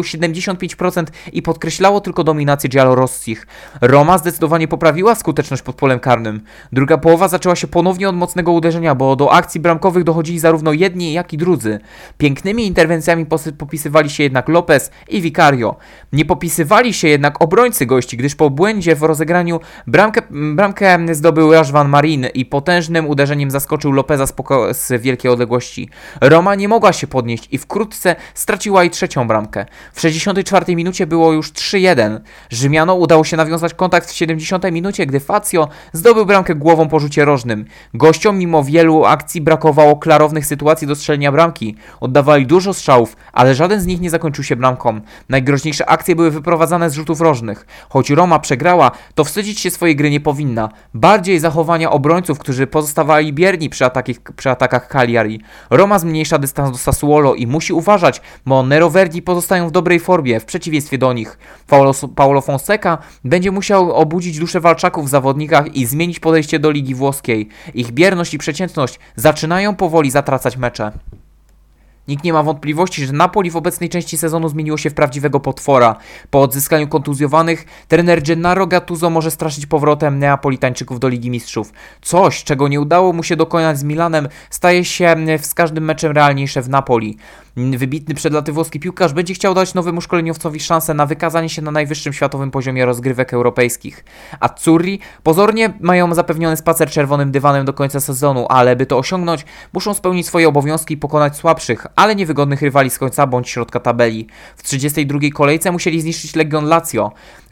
75% i podkreślało tylko dominację Giallorossich. Roma zdecydowanie poprawiła skuteczność pod polem karnym. Druga połowa zaczęła się ponownie od mocnego uderzenia, bo do akcji bramkowych dochodzili zarówno jedni, jak i drudzy. Pięknymi interwencjami popisywali się jednak Lopez i Vicario. Nie popisywali się jednak obrońcy gości, gdyż po błędzie w rozegraniu bramkę zdobył Razvan Marin i potężnym uderzeniem zaskoczył Lopeza z wielkiej odległości. Roma nie mogła się podnieść i wkrótce straciła jej trzecią bramkę. W 64 minucie było już 3-1. Rzymianom udało się nawiązać kontakt w 70 minucie, gdy Fazio zdobył bramkę głową po rzucie rożnym. Gościom mimo wielu akcji brakowało klarownych sytuacji do strzelenia bramki. Oddawali dużo strzałów, ale żaden z nich nie zakończył się bramką. Najgroźniejsze akcje były wyprowadzane z rzutów rożnych. Choć Roma przegrała, to wstydzić się swojej gry nie powinna. Bardziej zachowania obrońców, którzy pozostawali bierni przy atakach Cagliari. Roma zmniejsza dystans do Sassuolo i musi uważać, bo Nero Verdi pozostają w dobrej formie, w przeciwieństwie do nich. Paulo Fonseca będzie musiał obudzić duszę walczaków w zawodnikach i zmienić podejście do ligi włoskiej. Ich bierność i przeciętność zaczynają powoli zatracać mecze. Nikt nie ma wątpliwości, że Napoli w obecnej części sezonu zmieniło się w prawdziwego potwora. Po odzyskaniu kontuzjowanych, trener Gennaro Gattuso może straszyć powrotem Neapolitańczyków do Ligi Mistrzów. Coś, czego nie udało mu się dokonać z Milanem, staje się z każdym meczem realniejsze w Napoli. Wybitny przed laty włoski piłkarz będzie chciał dać nowemu szkoleniowcowi szansę na wykazanie się na najwyższym światowym poziomie rozgrywek europejskich. Azzurri pozornie mają zapewniony spacer czerwonym dywanem do końca sezonu, ale by to osiągnąć, muszą spełnić swoje obowiązki i pokonać słabszych, ale niewygodnych rywali z końca bądź środka tabeli. W 32. kolejce musieli zniszczyć Legion Lazio.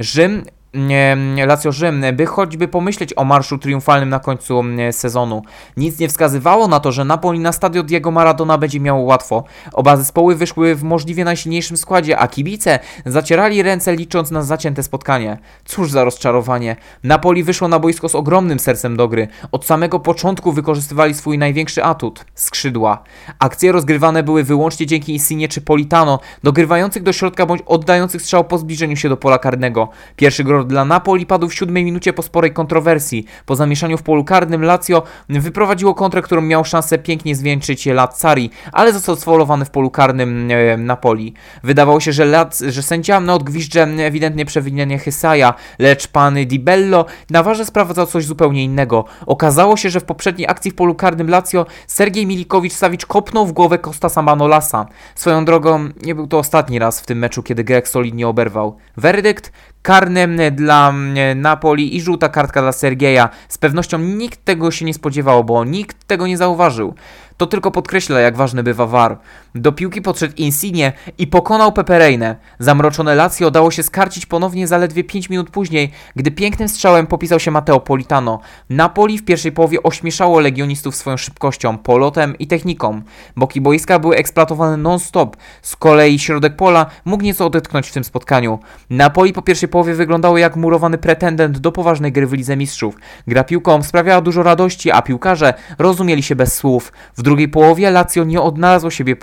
Lazio Rzym, by choćby pomyśleć o marszu triumfalnym na końcu sezonu. Nic nie wskazywało na to, że Napoli na stadio Diego Maradona będzie miało łatwo. Oba zespoły wyszły w możliwie najsilniejszym składzie, a kibice zacierali ręce licząc na zacięte spotkanie. Cóż za rozczarowanie. Napoli wyszło na boisko z ogromnym sercem do gry. Od samego początku wykorzystywali swój największy atut – skrzydła. Akcje rozgrywane były wyłącznie dzięki Insigne czy Politano, dogrywających do środka bądź oddających strzał po zbliżeniu się do pola karnego. Pierwszy gol dla Napoli padł w 7 minucie po sporej kontrowersji. Po zamieszaniu w polu karnym Lazio wyprowadziło kontrę, którą miał szansę pięknie zwieńczyć Lazzari, ale został sfaulowany w polu karnym Napoli. Wydawało się, że sędzia odgwizdże ewidentnie przewinienie Hysaja, lecz pan Di Bello na warze sprawdzał coś zupełnie innego. Okazało się, że w poprzedniej akcji w polu karnym Lazio Sergiej Milikowicz-Sawicz kopnął w głowę Kostasa Manolasa. Swoją drogą nie był to ostatni raz w tym meczu, kiedy Grek solidnie oberwał. Werdykt karny dla Napoli i żółta kartka dla Sergieja. Z pewnością nikt tego się nie spodziewał, bo nikt tego nie zauważył. To tylko podkreśla, jak ważny bywa VAR. Do piłki podszedł Insigne i pokonał Pepereinę. Zamroczone Lazio dało się skarcić ponownie zaledwie 5 minut później, gdy pięknym strzałem popisał się Matteo Politano. Napoli w pierwszej połowie ośmieszało legionistów swoją szybkością, polotem i techniką. Boki boiska były eksploatowane non-stop. Z kolei środek pola mógł nieco odetchnąć w tym spotkaniu. Napoli po pierwszej połowie wyglądało jak murowany pretendent do poważnej gry w Lidze Mistrzów. Gra piłką sprawiała dużo radości, a piłkarze rozumieli się bez słów. W drugiej połowie Lazio nie odnalazło siebie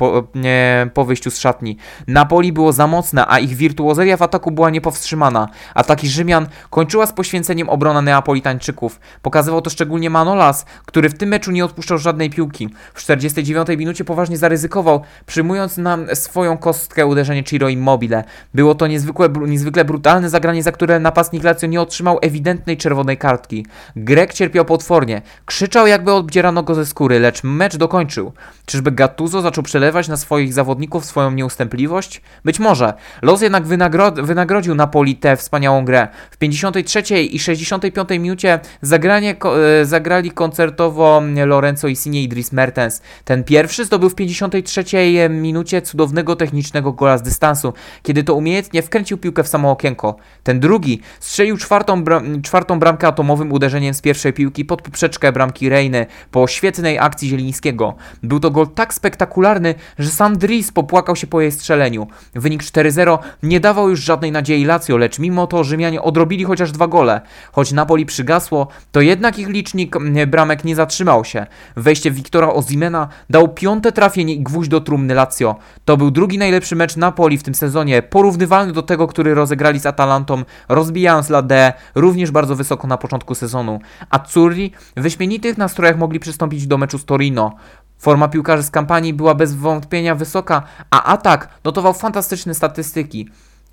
po wyjściu z szatni. Napoli było za mocne, a ich wirtuozeria w ataku była niepowstrzymana. Ataki Rzymian kończyła z poświęceniem obrona Neapolitańczyków. Pokazywał to szczególnie Manolas, który w tym meczu nie odpuszczał żadnej piłki. W 49 minucie poważnie zaryzykował, przyjmując na swoją kostkę uderzenie Ciro Immobile. Było to niezwykle brutalne zagranie, za które napastnik Lazio nie otrzymał ewidentnej czerwonej kartki. Grek cierpiał potwornie. Krzyczał, jakby odbierano go ze skóry, lecz mecz dokończył. Czyżby Gattuso zaczął przelewać na swoich zawodników swoją nieustępliwość? Być może. Los jednak wynagrodził Napoli tę wspaniałą grę. W 53 i 65 minucie zagrali koncertowo Lorenzo Insigne i Dries Mertens. Ten pierwszy zdobył w 53 minucie cudownego technicznego gola z dystansu, kiedy to umiejętnie wkręcił piłkę w samo okienko. Ten drugi strzelił czwartą bramkę atomowym uderzeniem z pierwszej piłki pod poprzeczkę bramki Reiny po świetnej akcji Zielińskiego. Był to gol tak spektakularny, że sam Dries popłakał się po jej strzeleniu. Wynik 4-0 nie dawał już żadnej nadziei Lazio, lecz mimo to Rzymianie odrobili chociaż 2 gole. Choć Napoli przygasło, to jednak ich licznik bramek nie zatrzymał się. Wejście Wiktora Osimena dał 5. trafienie i gwóźdź do trumny Lazio. To był drugi najlepszy mecz Napoli w tym sezonie, porównywalny do tego, który rozegrali z Atalantą, rozbijając La D również bardzo wysoko na początku sezonu. Azzurri w wyśmienitych nastrojach mogli przystąpić do meczu z Torino. Forma piłkarzy z kampanii była bez wątpienia wysoka, a atak notował fantastyczne statystyki.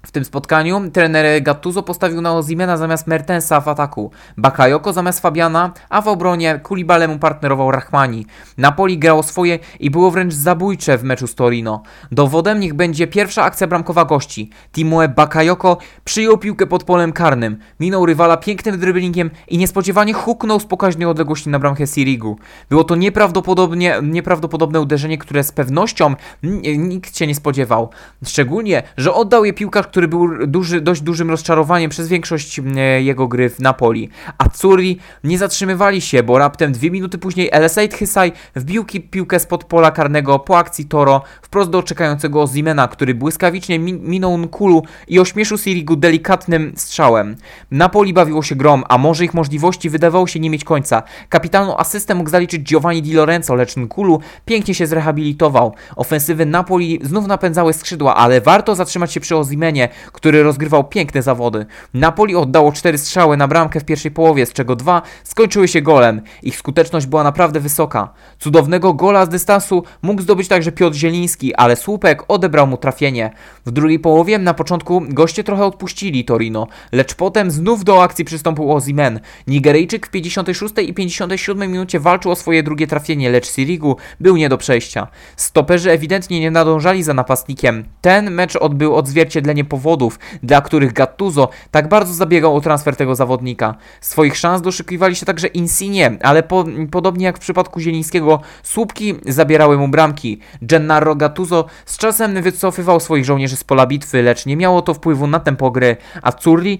W tym spotkaniu trener Gattuso postawił na Osimena zamiast Mertensa w ataku, Bakayoko zamiast Fabiana, a w obronie Koulibalemu partnerował Rahmani. Napoli grało swoje i było wręcz zabójcze w meczu z Torino. Dowodem niech będzie pierwsza akcja bramkowa gości. Timothy Bakayoko przyjął piłkę pod polem karnym, minął rywala pięknym driblingiem i niespodziewanie huknął z pokaźnej odległości na bramkę Sirigu. Było to nieprawdopodobne uderzenie, które z pewnością nikt się nie spodziewał. Szczególnie, że oddał je piłkarz, który był dość dużym rozczarowaniem przez większość jego gry w Napoli. Azzurri nie zatrzymywali się, bo raptem 2 minuty później El Said Hysaj wbił piłkę spod pola karnego po akcji Toro wprost do czekającego Osimena, który błyskawicznie minął Nkulu i ośmieszył Sirigu delikatnym strzałem. Napoli bawiło się grom, a może ich możliwości wydawało się nie mieć końca. Kapitalną asystę mógł zaliczyć Giovanni Di Lorenzo, lecz Nkulu pięknie się zrehabilitował. Ofensywy Napoli znów napędzały skrzydła, ale warto zatrzymać się przy Osimenie, który rozgrywał piękne zawody. Napoli oddało 4 strzały na bramkę w pierwszej połowie, z czego 2 skończyły się golem. Ich skuteczność była naprawdę wysoka. Cudownego gola z dystansu mógł zdobyć także Piotr Zieliński, ale słupek odebrał mu trafienie. W drugiej połowie na początku goście trochę odpuścili Torino, lecz potem znów do akcji przystąpił Osimhen. Nigeryjczyk w 56 i 57 minucie walczył o swoje drugie trafienie, lecz Sirigu był nie do przejścia. Stoperzy ewidentnie nie nadążali za napastnikiem. Ten mecz odbył odzwierciedlenie powodów, dla których Gattuso tak bardzo zabiegał o transfer tego zawodnika. Swoich szans doszukiwali się także Insigne, ale podobnie jak w przypadku Zielińskiego, słupki zabierały mu bramki. Gennaro Gattuso z czasem wycofywał swoich żołnierzy z pola bitwy, lecz nie miało to wpływu na tempo gry. Azzurri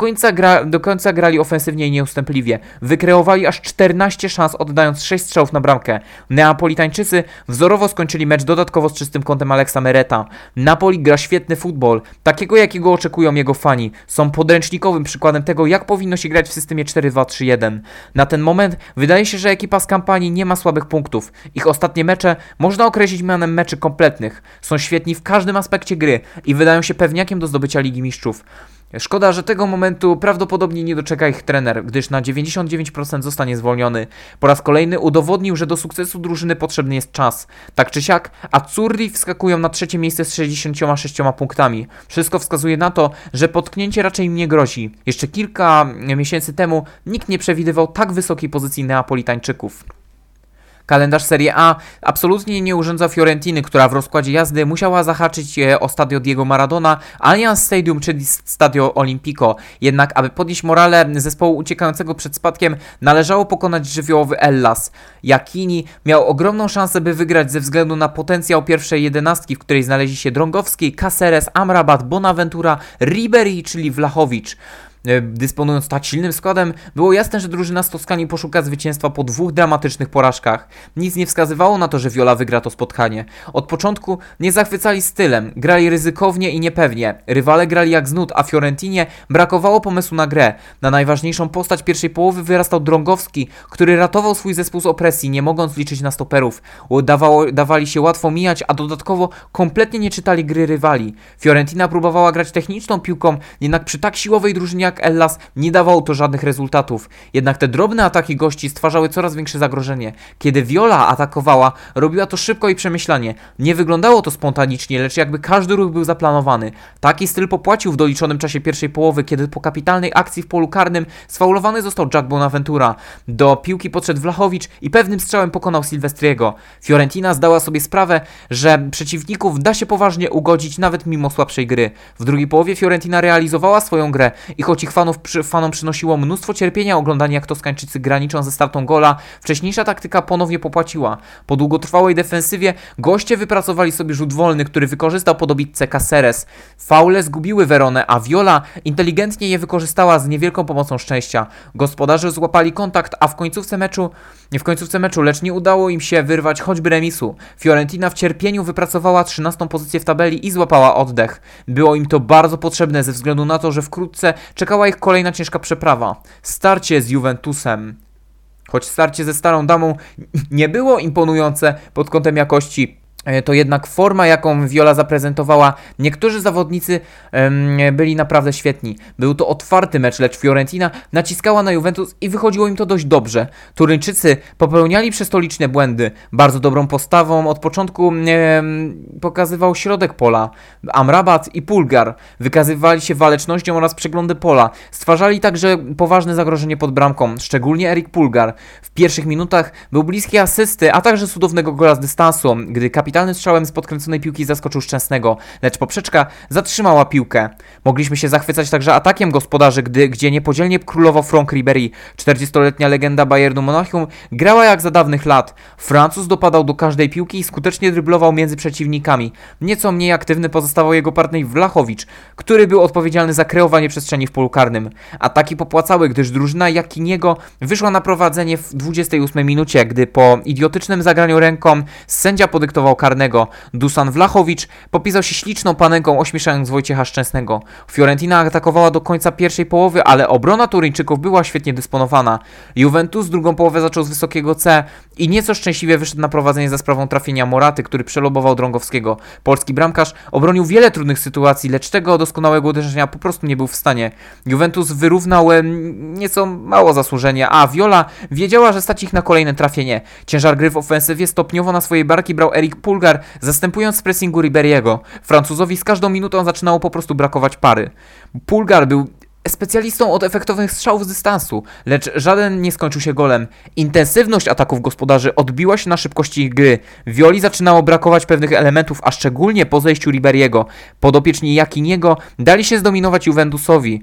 do końca grali ofensywnie i nieustępliwie. Wykreowali aż 14 szans, oddając 6 strzałów na bramkę. Neapolitańczycy wzorowo skończyli mecz dodatkowo z czystym kątem Alexa Mereta. Napoli gra świetny futbol, takiego jakiego oczekują jego fani. Są podręcznikowym przykładem tego, jak powinno się grać w systemie 4-2-3-1. Na ten moment wydaje się, że ekipa z kampanii nie ma słabych punktów. Ich ostatnie mecze można określić mianem meczy kompletnych. Są świetni w każdym aspekcie gry i wydają się pewniakiem do zdobycia Ligi Mistrzów. Szkoda, że tego momentu prawdopodobnie nie doczeka ich trener, gdyż na 99% zostanie zwolniony. Po raz kolejny udowodnił, że do sukcesu drużyny potrzebny jest czas. Tak czy siak, Azzurri wskakują na 3. miejsce z 66 punktami. Wszystko wskazuje na to, że potknięcie raczej im nie grozi. Jeszcze kilka miesięcy temu nikt nie przewidywał tak wysokiej pozycji Neapolitańczyków. Kalendarz Serie A absolutnie nie urządza Fiorentiny, która w rozkładzie jazdy musiała zahaczyć o stadio Diego Maradona, Allianz Stadium, czyli Stadio Olimpico. Jednak, aby podnieść morale zespołu uciekającego przed spadkiem, należało pokonać żywiołowy Hellas. Jacchini miał ogromną szansę, by wygrać ze względu na potencjał pierwszej 11, w której znaleźli się Drągowski, Caceres, Amrabat, Bonaventura, Ribery, czyli Vlahovic. Dysponując tak silnym składem, było jasne, że drużyna z Toskanii poszuka zwycięstwa po 2 dramatycznych porażkach. Nic nie wskazywało na to, że Viola wygra to spotkanie. Od początku nie zachwycali stylem, grali ryzykownie i niepewnie. Rywale grali jak z nut, a Fiorentinie brakowało pomysłu na grę. Na najważniejszą postać pierwszej połowy wyrastał Drągowski, który ratował swój zespół z opresji, nie mogąc liczyć na stoperów. Dawali się łatwo mijać, a dodatkowo kompletnie nie czytali gry rywali. Fiorentina próbowała grać techniczną piłką, jednak przy tak siłowej drużynie jak Hellas nie dawało to żadnych rezultatów. Jednak te drobne ataki gości stwarzały coraz większe zagrożenie. Kiedy Viola atakowała, robiła to szybko i przemyślanie. Nie wyglądało to spontanicznie, lecz jakby każdy ruch był zaplanowany. Taki styl popłacił w doliczonym czasie pierwszej połowy, kiedy po kapitalnej akcji w polu karnym sfaulowany został Jack Bonaventura. Do piłki podszedł Vlahovic i pewnym strzałem pokonał Silvestriego. Fiorentina zdała sobie sprawę, że przeciwników da się poważnie ugodzić nawet mimo słabszej gry. W drugiej połowie Fiorentina realizowała swoją grę i choć ich fanom przynosiło mnóstwo cierpienia oglądanie, jak Toskańczycy graniczą ze stratą gola, wcześniejsza taktyka ponownie popłaciła. Po długotrwałej defensywie goście wypracowali sobie rzut wolny, który wykorzystał po dobitce Caceres. Faule zgubiły Veronę, a Viola inteligentnie je wykorzystała z niewielką pomocą szczęścia. Gospodarze złapali kontakt, a w końcówce meczu, lecz nie udało im się wyrwać choćby remisu. Fiorentina w cierpieniu wypracowała 13. pozycję w tabeli i złapała oddech. Było im to bardzo potrzebne ze względu na to, że wkrótce czekała ich kolejna ciężka przeprawa. Starcie z Juventusem. Choć starcie ze starą damą nie było imponujące pod kątem jakości, to jednak forma, jaką Viola zaprezentowała. Niektórzy zawodnicy byli naprawdę świetni. Był to otwarty mecz, lecz Fiorentina naciskała na Juventus i wychodziło im to dość dobrze. Turyńczycy popełniali przestoliczne błędy. Bardzo dobrą postawą od początku pokazywał środek pola. Amrabat i Pulgar wykazywali się walecznością oraz przeglądem pola. Stwarzali także poważne zagrożenie pod bramką, szczególnie Eric Pulgar. W pierwszych minutach był bliski asysty, a także cudownego gola z dystansu, gdy kapitalnym strzałem z podkręconej piłki zaskoczył Szczęsnego, lecz poprzeczka zatrzymała piłkę. Mogliśmy się zachwycać także atakiem gospodarzy, gdzie niepodzielnie królował Franck Ribéry. 40-letnia legenda Bayernu Monachium grała jak za dawnych lat. Francuz dopadał do każdej piłki i skutecznie dryblował między przeciwnikami. Nieco mniej aktywny pozostawał jego partner Vlahovic, który był odpowiedzialny za kreowanie przestrzeni w polu karnym. Ataki popłacały, gdyż drużyna Jakiniego wyszła na prowadzenie w 28 minucie, gdy po idiotycznym zagraniu ręką sędzia podyktował karnego. Dusan Vlahovic popisał się śliczną panenką, ośmieszając Wojciecha Szczęsnego. Fiorentina atakowała do końca pierwszej połowy, ale obrona Turyńczyków była świetnie dysponowana. Juventus drugą połowę zaczął z wysokiego C i nieco szczęśliwie wyszedł na prowadzenie za sprawą trafienia Moraty, który przelobował Drągowskiego. Polski bramkarz obronił wiele trudnych sytuacji, lecz tego doskonałego uderzenia po prostu nie był w stanie. Juventus wyrównał nieco mało zasłużenie, a Viola wiedziała, że stać ich na kolejne trafienie. Ciężar gry w ofensywie stopniowo na swojej barki brał Eric Pulgar, zastępując z pressingu Riberiego. Francuzowi z każdą minutą zaczynało po prostu brakować pary. Pulgar był specjalistą od efektownych strzałów z dystansu, lecz żaden nie skończył się golem. Intensywność ataków gospodarzy odbiła się na szybkości ich gry. Violi zaczynało brakować pewnych elementów, a szczególnie po zejściu Riberiego. Podopieczni Jakiniego dali się zdominować Juventusowi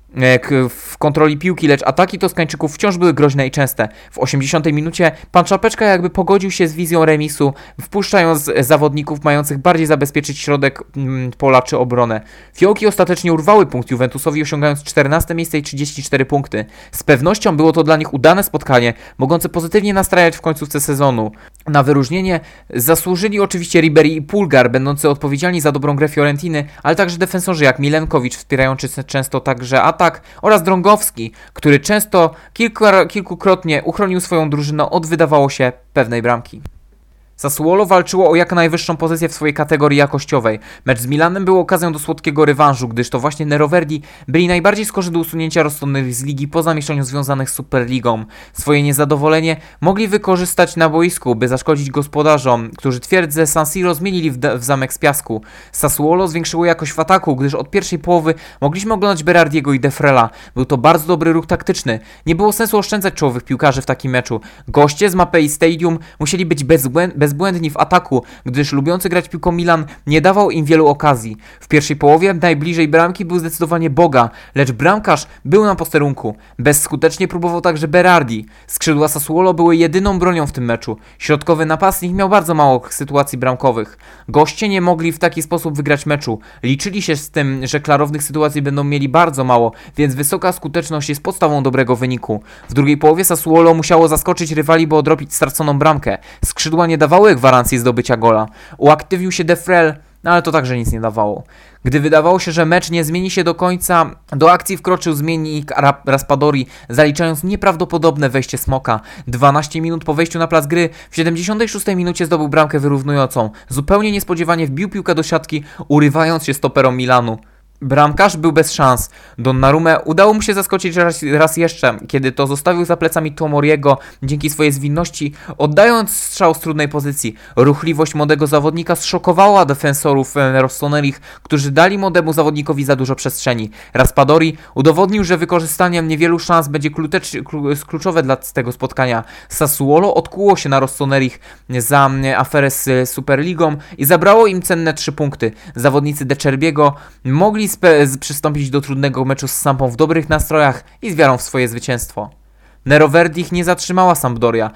w kontroli piłki, lecz ataki Toskańczyków wciąż były groźne i częste. W 80 minucie pan Czapeczka jakby pogodził się z wizją remisu, wpuszczając zawodników mających bardziej zabezpieczyć środek pola czy obronę. Fiołki ostatecznie urwały punkt Juventusowi, osiągając 14 miejsce i 34 punkty. Z pewnością było to dla nich udane spotkanie, mogące pozytywnie nastrajać w końcówce sezonu. Na wyróżnienie zasłużyli oczywiście Ribéry i Pulgar, będący odpowiedzialni za dobrą grę Fiorentiny, ale także defensorzy jak Milenkowicz, wspierający często także atak, oraz Drągowski, który często kilkukrotnie uchronił swoją drużynę od, wydawało się, pewnej bramki. Sassuolo walczyło o jak najwyższą pozycję w swojej kategorii jakościowej. Mecz z Milanem był okazją do słodkiego rewanżu, gdyż to właśnie Neroverdi byli najbardziej skorzy do usunięcia rozsądnych z ligi po zamieszaniu związanych z Superligą. Swoje niezadowolenie mogli wykorzystać na boisku, by zaszkodzić gospodarzom, którzy twierdzę San Siro zmienili w zamek z piasku. Sassuolo zwiększyło jakość w ataku, gdyż od pierwszej połowy mogliśmy oglądać Berardiego i Defrela. Był to bardzo dobry ruch taktyczny. Nie było sensu oszczędzać czołowych piłkarzy w takim meczu. Goście z Mapei Stadium musieli być bezbłędni w ataku, gdyż lubiący grać piłką Milan nie dawał im wielu okazji. W pierwszej połowie najbliżej bramki był zdecydowanie Boga, lecz bramkarz był na posterunku. Bezskutecznie próbował także Berardi. Skrzydła Sassuolo były jedyną bronią w tym meczu. Środkowy napastnik miał bardzo mało sytuacji bramkowych. Goście nie mogli w taki sposób wygrać meczu. Liczyli się z tym, że klarownych sytuacji będą mieli bardzo mało, więc wysoka skuteczność jest podstawą dobrego wyniku. W drugiej połowie Sassuolo musiało zaskoczyć rywali, by odrobić straconą bramkę. Skrzydła nie dawały gwarancji zdobycia gola. Uaktywnił się Defrel, ale to także nic nie dawało. Gdy wydawało się, że mecz nie zmieni się do końca, do akcji wkroczył zmiennik Raspadori, zaliczając nieprawdopodobne wejście Smoka. 12 minut po wejściu na plac gry, w 76 minucie zdobył bramkę wyrównującą. Zupełnie niespodziewanie wbił piłkę do siatki, urywając się stoperom Milanu. Bramkarz był bez szans. Donnarumę udało mu się zaskoczyć raz jeszcze, kiedy to zostawił za plecami Tomoriego dzięki swojej zwinności, oddając strzał z trudnej pozycji. Ruchliwość młodego zawodnika zszokowała defensorów Rossoneri, którzy dali młodemu zawodnikowi za dużo przestrzeni. Raspadori udowodnił, że wykorzystanie niewielu szans będzie kluczowe dla tego spotkania. Sassuolo odkuło się na Rossoneri za aferę z Superligą i zabrało im cenne 3 punkty. Zawodnicy De Cerbiego mogli przystąpić do trudnego meczu z Sampą w dobrych nastrojach i z wiarą w swoje zwycięstwo. Neroverdi ich nie zatrzymała Sampdoria.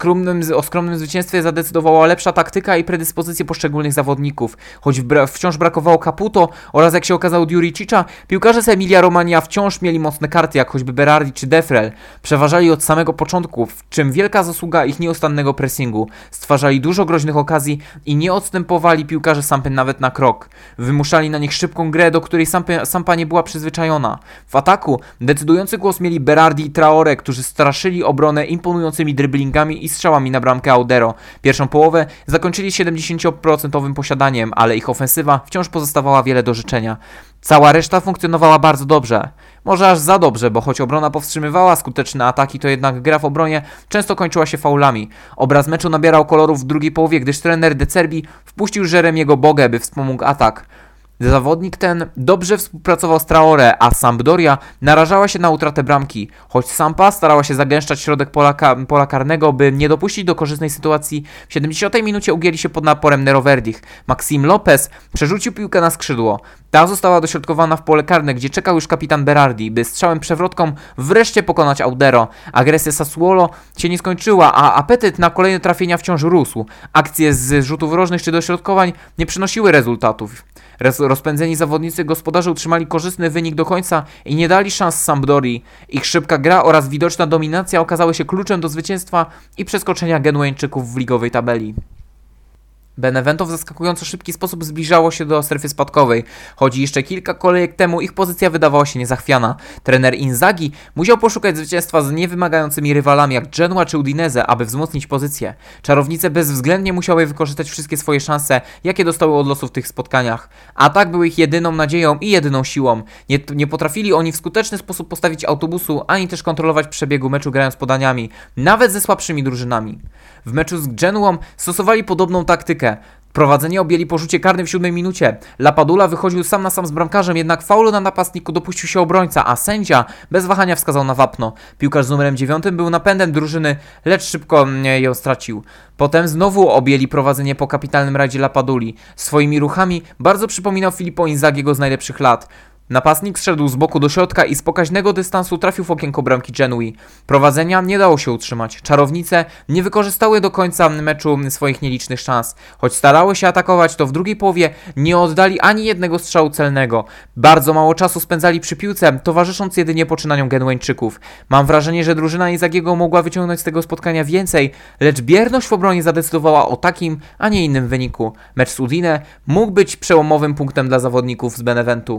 O skromnym zwycięstwie zadecydowała lepsza taktyka i predyspozycje poszczególnych zawodników. Choć wciąż brakowało Caputo oraz, jak się okazało, Juricicza, piłkarze z Emilia Romagna wciąż mieli mocne karty, jak choćby Berardi czy Defrel. Przeważali od samego początku, w czym wielka zasługa ich nieustannego pressingu. Stwarzali dużo groźnych okazji i nie odstępowali piłkarze Sampy nawet na krok. Wymuszali na nich szybką grę, do której Sampa nie była przyzwyczajona. W ataku decydujący głos mieli Berardi i Traore, którzy straszyli obronę imponującymi dryblingami i strzałami na bramkę Audero. Pierwszą połowę zakończyli 70% posiadaniem, ale ich ofensywa wciąż pozostawała wiele do życzenia. Cała reszta funkcjonowała bardzo dobrze. Może aż za dobrze, bo choć obrona powstrzymywała skuteczne ataki, to jednak gra w obronie często kończyła się faulami. Obraz meczu nabierał kolorów w drugiej połowie, gdyż trener De Zerbi wpuścił Jeremiego Bogę, by wspomógł atak. Zawodnik ten dobrze współpracował z Traoré, a Sampdoria narażała się na utratę bramki. Choć Sampa starała się zagęszczać środek pola karnego, by nie dopuścić do korzystnej sytuacji, w 70 minucie ugięli się pod naporem Nero Verdich. Maxim Lopez przerzucił piłkę na skrzydło. Ta została dośrodkowana w pole karne, gdzie czekał już kapitan Berardi, by strzałem przewrotką wreszcie pokonać Audero. Agresja Sassuolo się nie skończyła, a apetyt na kolejne trafienia wciąż rósł. Akcje z rzutów rożnych czy dośrodkowań nie przynosiły rezultatów. Rozpędzeni zawodnicy gospodarze utrzymali korzystny wynik do końca i nie dali szans Sampdorii. Ich szybka gra oraz widoczna dominacja okazały się kluczem do zwycięstwa i przeskoczenia Genueńczyków w ligowej tabeli. Benevento w zaskakująco szybki sposób zbliżało się do strefy spadkowej. Choć jeszcze kilka kolejek temu ich pozycja wydawała się niezachwiana. Trener Inzaghi musiał poszukać zwycięstwa z niewymagającymi rywalami jak Genoa czy Udinese, aby wzmocnić pozycję. Czarownice bezwzględnie musiały wykorzystać wszystkie swoje szanse, jakie dostały od losu w tych spotkaniach. Atak był ich jedyną nadzieją i jedyną siłą. Nie potrafili oni w skuteczny sposób postawić autobusu, ani też kontrolować przebiegu meczu grając podaniami, nawet ze słabszymi drużynami. W meczu z Genuą stosowali podobną taktykę. Prowadzenie objęli po rzucie karnym w 7 minucie. Lapadula wychodził sam na sam z bramkarzem, jednak faulu na napastniku dopuścił się obrońca, a sędzia bez wahania wskazał na wapno. Piłkarz z numerem 9 był napędem drużyny, lecz szybko ją stracił. Potem znowu objęli prowadzenie po kapitalnym rajdzie Lapaduli. Swoimi ruchami bardzo przypominał Filippo Inzaghiego z najlepszych lat. Napastnik zszedł z boku do środka i z pokaźnego dystansu trafił w okienko bramki Genui. Prowadzenia nie dało się utrzymać. Czarownice nie wykorzystały do końca meczu swoich nielicznych szans. Choć starały się atakować, to w drugiej połowie nie oddali ani jednego strzału celnego. Bardzo mało czasu spędzali przy piłce, towarzysząc jedynie poczynaniom Genueńczyków. Mam wrażenie, że drużyna Inzaghiego mogła wyciągnąć z tego spotkania więcej, lecz bierność w obronie zadecydowała o takim, a nie innym wyniku. Mecz z Udine mógł być przełomowym punktem dla zawodników z Beneventu.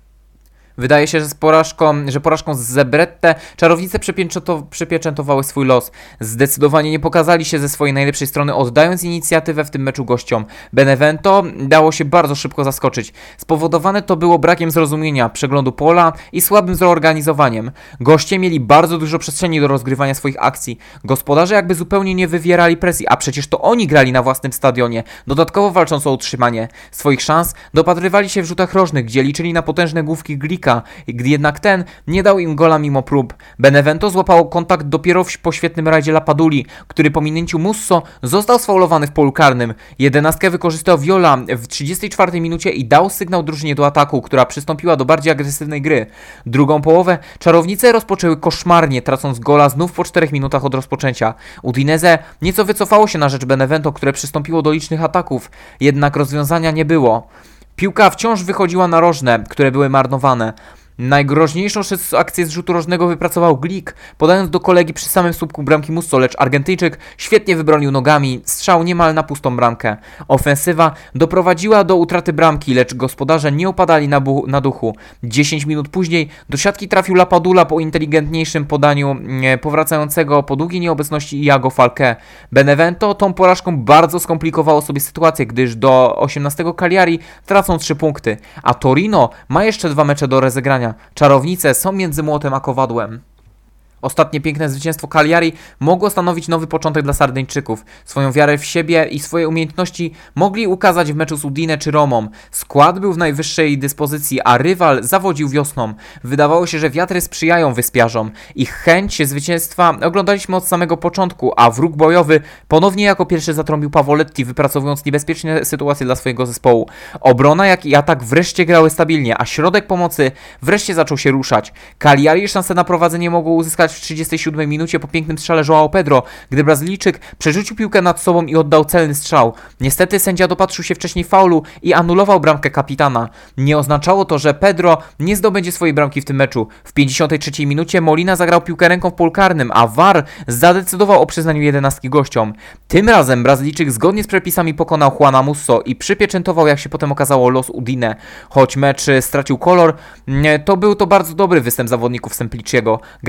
Wydaje się, że porażką z Zebrette czarownice przypieczętowały swój los. Zdecydowanie nie pokazali się ze swojej najlepszej strony, oddając inicjatywę w tym meczu gościom. Benevento dało się bardzo szybko zaskoczyć. Spowodowane to było brakiem zrozumienia, przeglądu pola i słabym zorganizowaniem. Goście mieli bardzo dużo przestrzeni do rozgrywania swoich akcji. Gospodarze jakby zupełnie nie wywierali presji, a przecież to oni grali na własnym stadionie, dodatkowo walcząc o utrzymanie. Swoich szans dopatrywali się w rzutach rożnych, gdzie liczyli na potężne główki Glika, gdy jednak ten nie dał im gola mimo prób. Benevento złapało kontakt dopiero po świetnym rajdzie Lapaduli, który po minięciu Musso został sfaulowany w polu karnym. 11 wykorzystał Viola w 34 minucie i dał sygnał drużynie do ataku, która przystąpiła do bardziej agresywnej gry. Drugą połowę czarownice rozpoczęły koszmarnie, tracąc gola znów po 4 minutach od rozpoczęcia. Udinese nieco wycofało się na rzecz Benevento, które przystąpiło do licznych ataków, jednak rozwiązania nie było. Piłka wciąż wychodziła na rożne, które były marnowane. Najgroźniejszą akcję z rzutu rożnego wypracował Glik, podając do kolegi przy samym słupku bramki Musso, lecz Argentyńczyk świetnie wybronił nogami, strzał niemal na pustą bramkę. Ofensywa doprowadziła do utraty bramki, lecz gospodarze nie upadali na duchu. 10 minut później do siatki trafił Lapadula po inteligentniejszym podaniu powracającego po długiej nieobecności Iago Falque. Benevento tą porażką bardzo skomplikowało sobie sytuację, gdyż do 18 Cagliari tracą 3 punkty, a Torino ma jeszcze 2 mecze do rozegrania. Czarownice są między młotem a kowadłem. Ostatnie piękne zwycięstwo Cagliari mogło stanowić nowy początek dla Sardyńczyków. Swoją wiarę w siebie i swoje umiejętności mogli ukazać w meczu z Udine czy Romą. Skład był w najwyższej dyspozycji, a rywal zawodził wiosną. Wydawało się, że wiatry sprzyjają wyspiarzom. Ich chęć zwycięstwa oglądaliśmy od samego początku, a wróg bojowy ponownie jako pierwszy zatrąbił Pavoletti, wypracowując niebezpieczne sytuacje dla swojego zespołu. Obrona, jak i atak wreszcie grały stabilnie, a środek pomocy wreszcie zaczął się ruszać. Cagliari szansę na prowadzenie mogło uzyskać w 37 minucie po pięknym strzale João Pedro, gdy Brazylijczyk przerzucił piłkę nad sobą i oddał celny strzał. Niestety sędzia dopatrzył się wcześniej faulu i anulował bramkę kapitana. Nie oznaczało to, że Pedro nie zdobędzie swojej bramki w tym meczu. W 53 minucie Molina zagrał piłkę ręką w polu karnym, a VAR zadecydował o przyznaniu 11 gościom. Tym razem Brazylijczyk zgodnie z przepisami pokonał Juana Musso i przypieczętował, jak się potem okazało, los Udine. Choć mecz stracił kolor, to był to bardzo dobry występ zawodników Sempliciego. Grali spokojnie,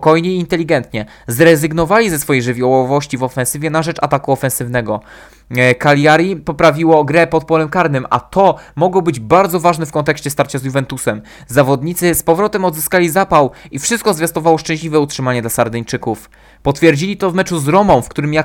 spokojnie i inteligentnie. Zrezygnowali ze swojej żywiołowości w ofensywie na rzecz ataku ofensywnego. Cagliari poprawiło grę pod polem karnym, a to mogło być bardzo ważne w kontekście starcia z Juventusem. Zawodnicy z powrotem odzyskali zapał i wszystko zwiastowało szczęśliwe utrzymanie dla Sardyńczyków. Potwierdzili to w meczu z Romą, w którym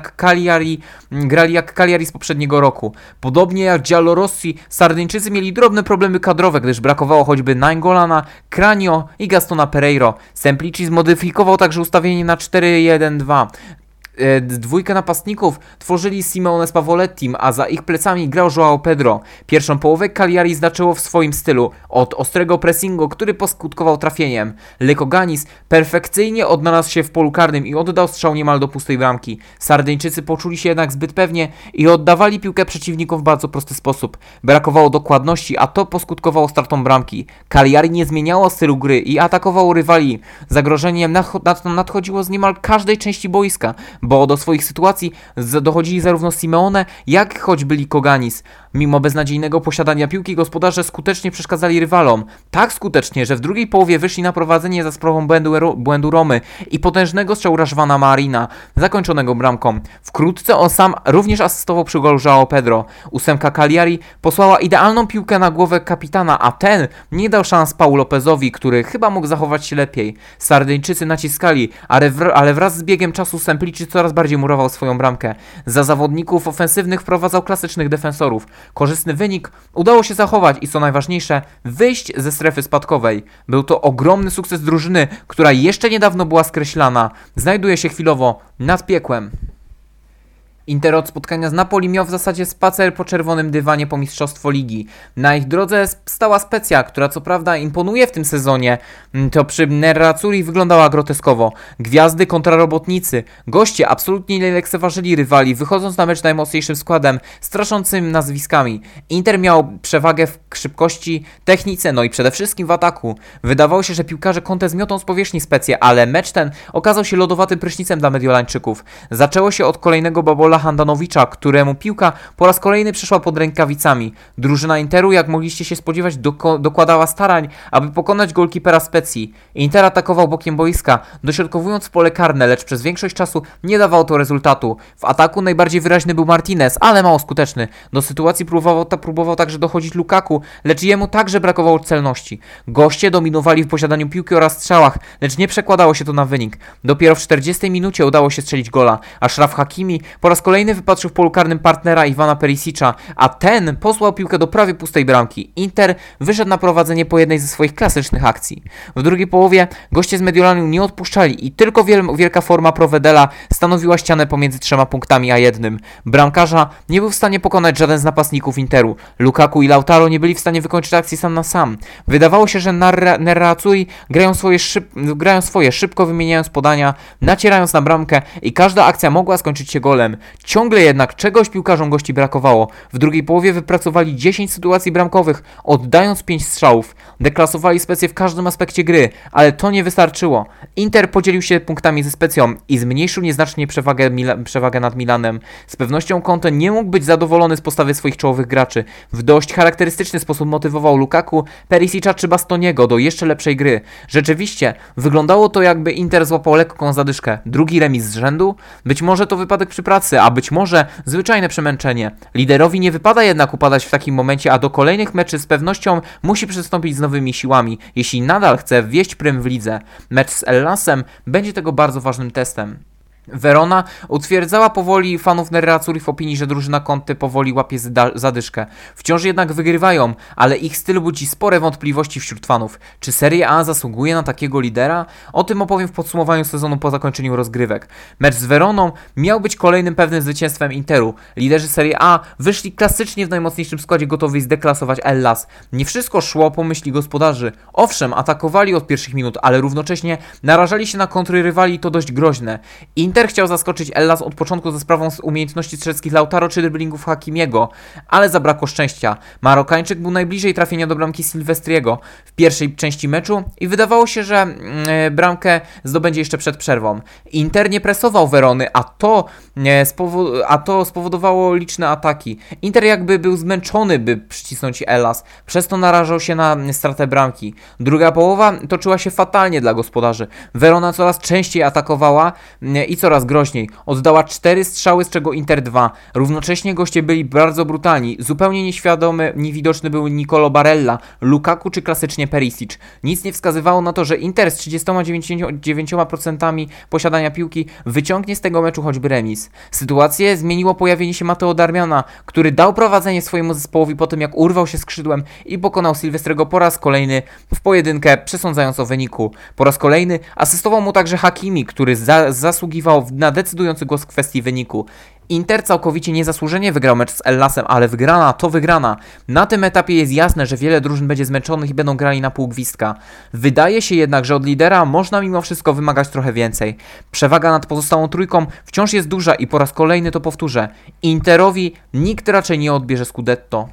grali jak Cagliari z poprzedniego roku. Podobnie jak Giallorossi, Sardyńczycy mieli drobne problemy kadrowe, gdyż brakowało choćby Naingolana, Cranio i Gastona Pereiro. Semplici zmodyfikował także ustawienie na 4-1-2. Dwójkę napastników tworzyli Simone z Pavolettim, a za ich plecami grał João Pedro. Pierwszą połowę Cagliari zaczęło w swoim stylu, od ostrego pressingu, który poskutkował trafieniem. Lekoganis perfekcyjnie odnalazł się w polu karnym i oddał strzał niemal do pustej bramki. Sardyńczycy poczuli się jednak zbyt pewnie i oddawali piłkę przeciwnikom w bardzo prosty sposób. Brakowało dokładności, a to poskutkowało stratą bramki. Cagliari nie zmieniało stylu gry i atakowało rywali. Zagrożenie nadchodziło z niemal każdej części boiska, bo do swoich sytuacji dochodzili zarówno Simeone, jak choćby Lekoganis. Mimo beznadziejnego posiadania piłki gospodarze skutecznie przeszkadzali rywalom. Tak skutecznie, że w drugiej połowie wyszli na prowadzenie za sprawą błędu Romy i potężnego strzału Rashvana Marina, zakończonego bramką. Wkrótce on sam również asystował przy golu João Pedro. Ósemka Cagliari posłała idealną piłkę na głowę kapitana, a ten nie dał szans Paul Lopezowi, który chyba mógł zachować się lepiej. Sardyńczycy naciskali, ale wraz z biegiem czasu Semplici coraz bardziej murował swoją bramkę. Za zawodników ofensywnych wprowadzał klasycznych defensorów. Korzystny wynik udało się zachować i co najważniejsze, wyjść ze strefy spadkowej. Był to ogromny sukces drużyny, która jeszcze niedawno była skreślana. Znajduje się chwilowo nad piekłem. Inter od spotkania z Napoli miał w zasadzie spacer po czerwonym dywanie po mistrzostwo ligi. Na ich drodze stała Spezia, która co prawda imponuje w tym sezonie, to przy Nerazzurri wyglądała groteskowo. Gwiazdy kontra robotnicy. Goście absolutnie nie lekceważyli rywali, wychodząc na mecz najmocniejszym składem, straszącym nazwiskami. Inter miał przewagę w szybkości, technice, no i przede wszystkim w ataku. Wydawało się, że piłkarze Conte zmiotą z powierzchni Specję, ale mecz ten okazał się lodowatym prysznicem dla Mediolańczyków. Zaczęło się od kolejnego babola Handanowicza, któremu piłka po raz kolejny przeszła pod rękawicami. Drużyna Interu, jak mogliście się spodziewać, dokładała starań, aby pokonać golkipera Specji. Inter atakował bokiem boiska, dośrodkowując w pole karne, lecz przez większość czasu nie dawało to rezultatu. W ataku najbardziej wyraźny był Martinez, ale mało skuteczny. Do sytuacji próbował także dochodzić Lukaku, lecz jemu także brakowało celności. Goście dominowali w posiadaniu piłki oraz strzałach, lecz nie przekładało się to na wynik. Dopiero w 40 minucie udało się strzelić gola, a Achraf Hakimi po raz kolejny wypatrzył w polu karnym partnera Ivana Perisicza, a ten posłał piłkę do prawie pustej bramki. Inter wyszedł na prowadzenie po jednej ze swoich klasycznych akcji. W drugiej połowie goście z Mediolanu nie odpuszczali i tylko wielka forma Provedela stanowiła ścianę pomiędzy 3 punktami a 1. Bramkarza nie był w stanie pokonać żaden z napastników Interu. Lukaku i Lautaro nie byli w stanie wykończyć akcji sam na sam. Wydawało się, że Nerazzurri grają swoje, szybko wymieniając podania, nacierając na bramkę i każda akcja mogła skończyć się golem. Ciągle jednak czegoś piłkarzom gości brakowało. W drugiej połowie wypracowali 10 sytuacji bramkowych, oddając 5 strzałów. Deklasowali Specję w każdym aspekcie gry, ale to nie wystarczyło. Inter podzielił się punktami ze Specją i zmniejszył nieznacznie przewagę nad Milanem. Z pewnością Conte nie mógł być zadowolony z postawy swoich czołowych graczy. W dość charakterystyczny sposób motywował Lukaku, Perisicza czy Bastoniego do jeszcze lepszej gry. Rzeczywiście, wyglądało to, jakby Inter złapał lekką zadyszkę. Drugi remis z rzędu? Być może to wypadek przy pracy, a być może zwyczajne przemęczenie. Liderowi nie wypada jednak upadać w takim momencie, a do kolejnych meczy z pewnością musi przystąpić z nowymi siłami, jeśli nadal chce wieść prym w lidze. Mecz z Hellasem będzie tego bardzo ważnym testem. Verona utwierdzała powoli fanów Nerazzurri w opinii, że drużyna Conte powoli łapie zadyszkę. Wciąż jednak wygrywają, ale ich styl budzi spore wątpliwości wśród fanów. Czy Serie A zasługuje na takiego lidera? O tym opowiem w podsumowaniu sezonu po zakończeniu rozgrywek. Mecz z Veroną miał być kolejnym pewnym zwycięstwem Interu. Liderzy Serie A wyszli klasycznie w najmocniejszym składzie, gotowi zdeklasować Hellas. Nie wszystko szło po myśli gospodarzy. Owszem, atakowali od pierwszych minut, ale równocześnie narażali się na kontry rywali, to dość groźne. Inter Inter chciał zaskoczyć Hellas od początku ze sprawą z umiejętności strzeckich Lautaro czy driblingów Hakimiego, ale zabrakło szczęścia. Marokańczyk był najbliżej trafienia do bramki Silvestriego w pierwszej części meczu i wydawało się, że bramkę zdobędzie jeszcze przed przerwą. Inter nie presował Verony, a to spowodowało liczne ataki. Inter jakby był zmęczony, by przycisnąć Hellas, przez to narażał się na stratę bramki. Druga połowa toczyła się fatalnie dla gospodarzy. Verona coraz częściej atakowała i coraz groźniej. Oddała 4 strzały, z czego Inter 2. Równocześnie goście byli bardzo brutalni. Zupełnie niewidoczny był Nicolo Barella, Lukaku czy klasycznie Perisic. Nic nie wskazywało na to, że Inter z 39% posiadania piłki wyciągnie z tego meczu choćby remis. Sytuację zmieniło pojawienie się Matteo Darmiana, który dał prowadzenie swojemu zespołowi po tym, jak urwał się skrzydłem i pokonał Silvestrego po raz kolejny w pojedynkę, przesądzając o wyniku. Po raz kolejny asystował mu także Hakimi, który zasługiwał na decydujący głos w kwestii wyniku. Inter całkowicie niezasłużenie wygrał mecz z Hellasem, ale wygrana to wygrana. Na tym etapie jest jasne, że wiele drużyn będzie zmęczonych i będą grali na pół gwizdka. Wydaje się jednak, że od lidera można mimo wszystko wymagać trochę więcej. Przewaga nad pozostałą trójką wciąż jest duża i po raz kolejny to powtórzę. Interowi nikt raczej nie odbierze Scudetto.